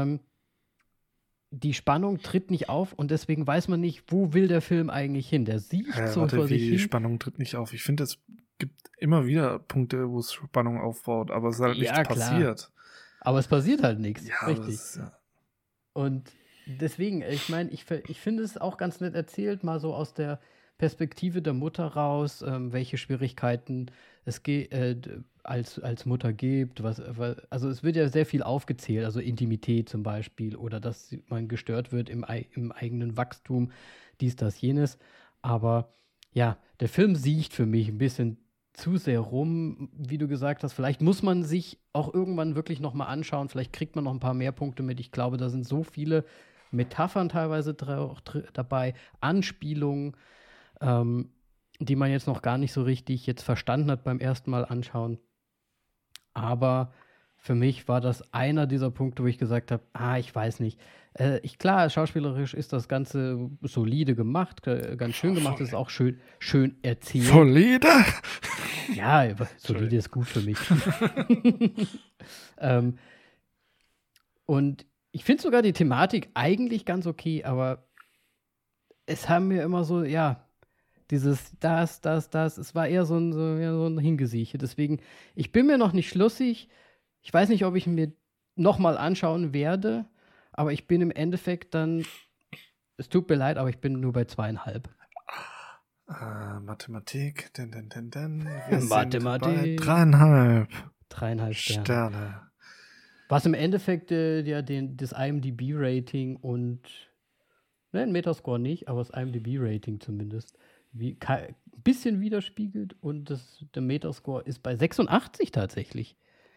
die Spannung tritt nicht auf und deswegen weiß man nicht, wo will der Film eigentlich hin. Der sieht so vor sich hin. Die Spannung tritt nicht auf. Ich finde, es gibt immer wieder Punkte, wo es Spannung aufbaut, aber es ist halt nichts passiert. Aber es passiert halt nichts, ja, richtig. Und deswegen, ich meine, ich finde es auch ganz nett erzählt, mal so aus der Perspektive der Mutter raus, welche Schwierigkeiten es als Mutter gibt. Also es wird ja sehr viel aufgezählt, also Intimität zum Beispiel oder dass man gestört wird im eigenen Wachstum, dies, das, jenes. Aber ja, der Film siecht für mich ein bisschen zu sehr rum, wie du gesagt hast. Vielleicht muss man sich auch irgendwann wirklich noch mal anschauen. Vielleicht kriegt man noch ein paar mehr Punkte mit. Ich glaube, da sind so viele Metaphern teilweise dabei, Anspielungen, die man jetzt noch gar nicht so richtig jetzt verstanden hat beim ersten Mal anschauen. Aber für mich war das einer dieser Punkte, wo ich gesagt habe, ich weiß nicht. Klar, schauspielerisch ist das Ganze solide gemacht, ganz schön gemacht, ist auch schön erzählt. Solide? Ja, solide ist gut für mich. Und ich finde sogar die Thematik eigentlich ganz okay, aber es haben mir immer so, dieses das, es war eher so ein Hingesieche. Deswegen, ich bin mir noch nicht schlüssig. Ich weiß nicht, ob ich mir nochmal anschauen werde, aber ich bin im Endeffekt dann, es tut mir leid, aber ich bin nur bei 2,5. Mathematik, Mathematik. 3,5. 3,5 Sterne. Was im Endeffekt das IMDb-Rating und ein Metascore nicht, aber das IMDb-Rating zumindest ein bisschen widerspiegelt und der Metascore ist bei 86 tatsächlich.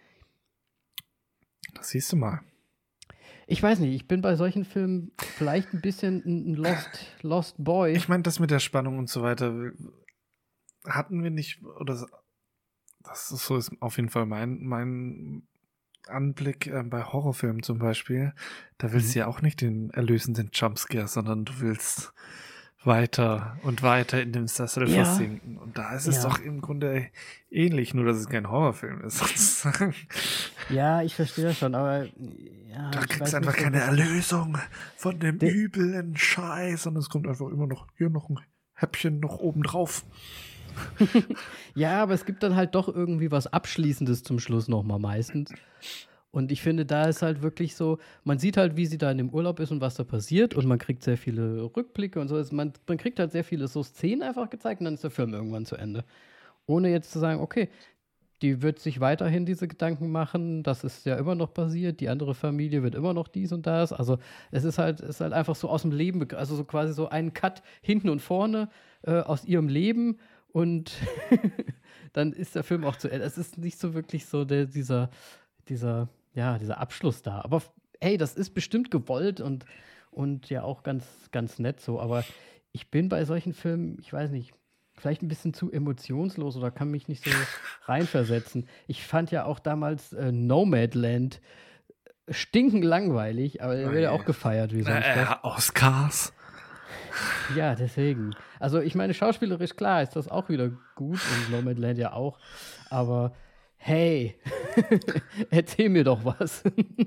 Das siehst du mal. Ich weiß nicht, ich bin bei solchen Filmen vielleicht ein bisschen ein Lost Boy. Ich meine, das mit der Spannung und so weiter hatten wir nicht, oder das ist so ist auf jeden Fall mein Anblick bei Horrorfilmen zum Beispiel. Da willst du ja auch nicht den erlösenden Jumpscare, sondern du willst weiter und weiter in dem Sessel versinken. Und da ist es doch im Grunde ähnlich, nur dass es kein Horrorfilm ist, sozusagen. Ja, ich verstehe das schon, aber da kriegst du einfach keine Erlösung von dem üblen Scheiß, sondern es kommt einfach immer noch hier noch ein Häppchen noch oben drauf. Ja, aber es gibt dann halt doch irgendwie was Abschließendes zum Schluss nochmal meistens. Und ich finde, da ist halt wirklich so, man sieht halt, wie sie da in dem Urlaub ist und was da passiert und man kriegt sehr viele Rückblicke und so. Man kriegt halt sehr viele so Szenen einfach gezeigt und dann ist der Film irgendwann zu Ende. Ohne jetzt zu sagen, okay, die wird sich weiterhin diese Gedanken machen. Das ist ja immer noch passiert. Die andere Familie wird immer noch dies und das. Also es ist halt einfach so aus dem Leben, also so quasi so ein Cut hinten und vorne aus ihrem Leben und dann ist der Film auch zu Ende. Es ist nicht so wirklich so dieser Abschluss da. Aber hey, das ist bestimmt gewollt und ja auch ganz, ganz nett so. Aber ich bin bei solchen Filmen, ich weiß nicht, vielleicht ein bisschen zu emotionslos oder kann mich nicht so reinversetzen. Ich fand ja auch damals Nomadland stinken langweilig, aber der wird ja auch gefeiert wie sonst was. Oscars. Ja, deswegen. Also ich meine, schauspielerisch, klar, ist das auch wieder gut und Nomadland ja auch. Aber hey, erzähl mir doch was.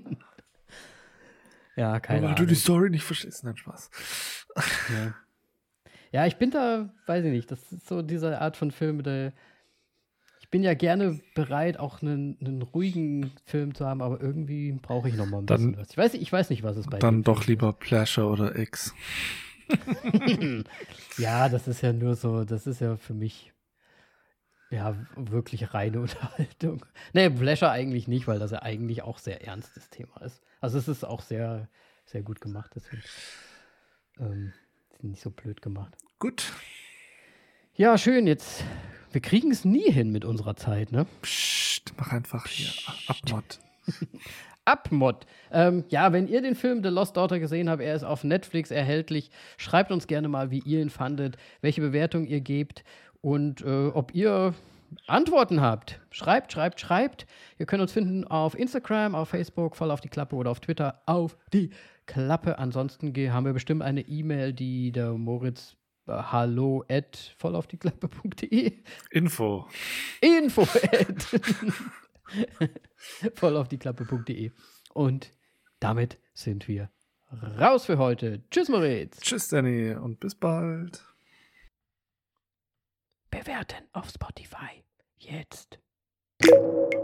Ja, keine Ahnung. Weil du die Story nicht verstehst, nein, Spaß. Ja. Ja, ich bin da, weiß ich nicht, das ist so diese Art von Film, ich bin ja gerne bereit, auch einen ruhigen Film zu haben, aber irgendwie brauche ich noch mal ein bisschen was. Ich weiß nicht, was es bei dir ist. Dann doch lieber Pleasure oder X. Ja, das ist ja nur so, das ist ja für mich ja wirklich reine Unterhaltung. Nee, Pleasure eigentlich nicht, weil das ja eigentlich auch sehr ernstes Thema ist. Also es ist auch sehr, sehr gut gemacht, deswegen nicht so blöd gemacht. Gut. Ja, schön, jetzt, wir kriegen es nie hin mit unserer Zeit, ne? Psst, mach einfach hier Abmod. Abmod. Ja, wenn ihr den Film The Lost Daughter gesehen habt, er ist auf Netflix erhältlich. Schreibt uns gerne mal, wie ihr ihn fandet, welche Bewertung ihr gebt und ob ihr Antworten habt. Schreibt. Ihr könnt uns finden auf Instagram, auf Facebook, voll auf die Klappe oder auf Twitter, auf die Klappe. Ansonsten haben wir bestimmt eine E-Mail, die der Moritz hallo@vollaufdieklappe.de Info vollaufdieklappe.de. Und damit sind wir raus für heute. Tschüss, Moritz. Tschüss, Danny, und bis bald. Bewerten auf Spotify. Jetzt.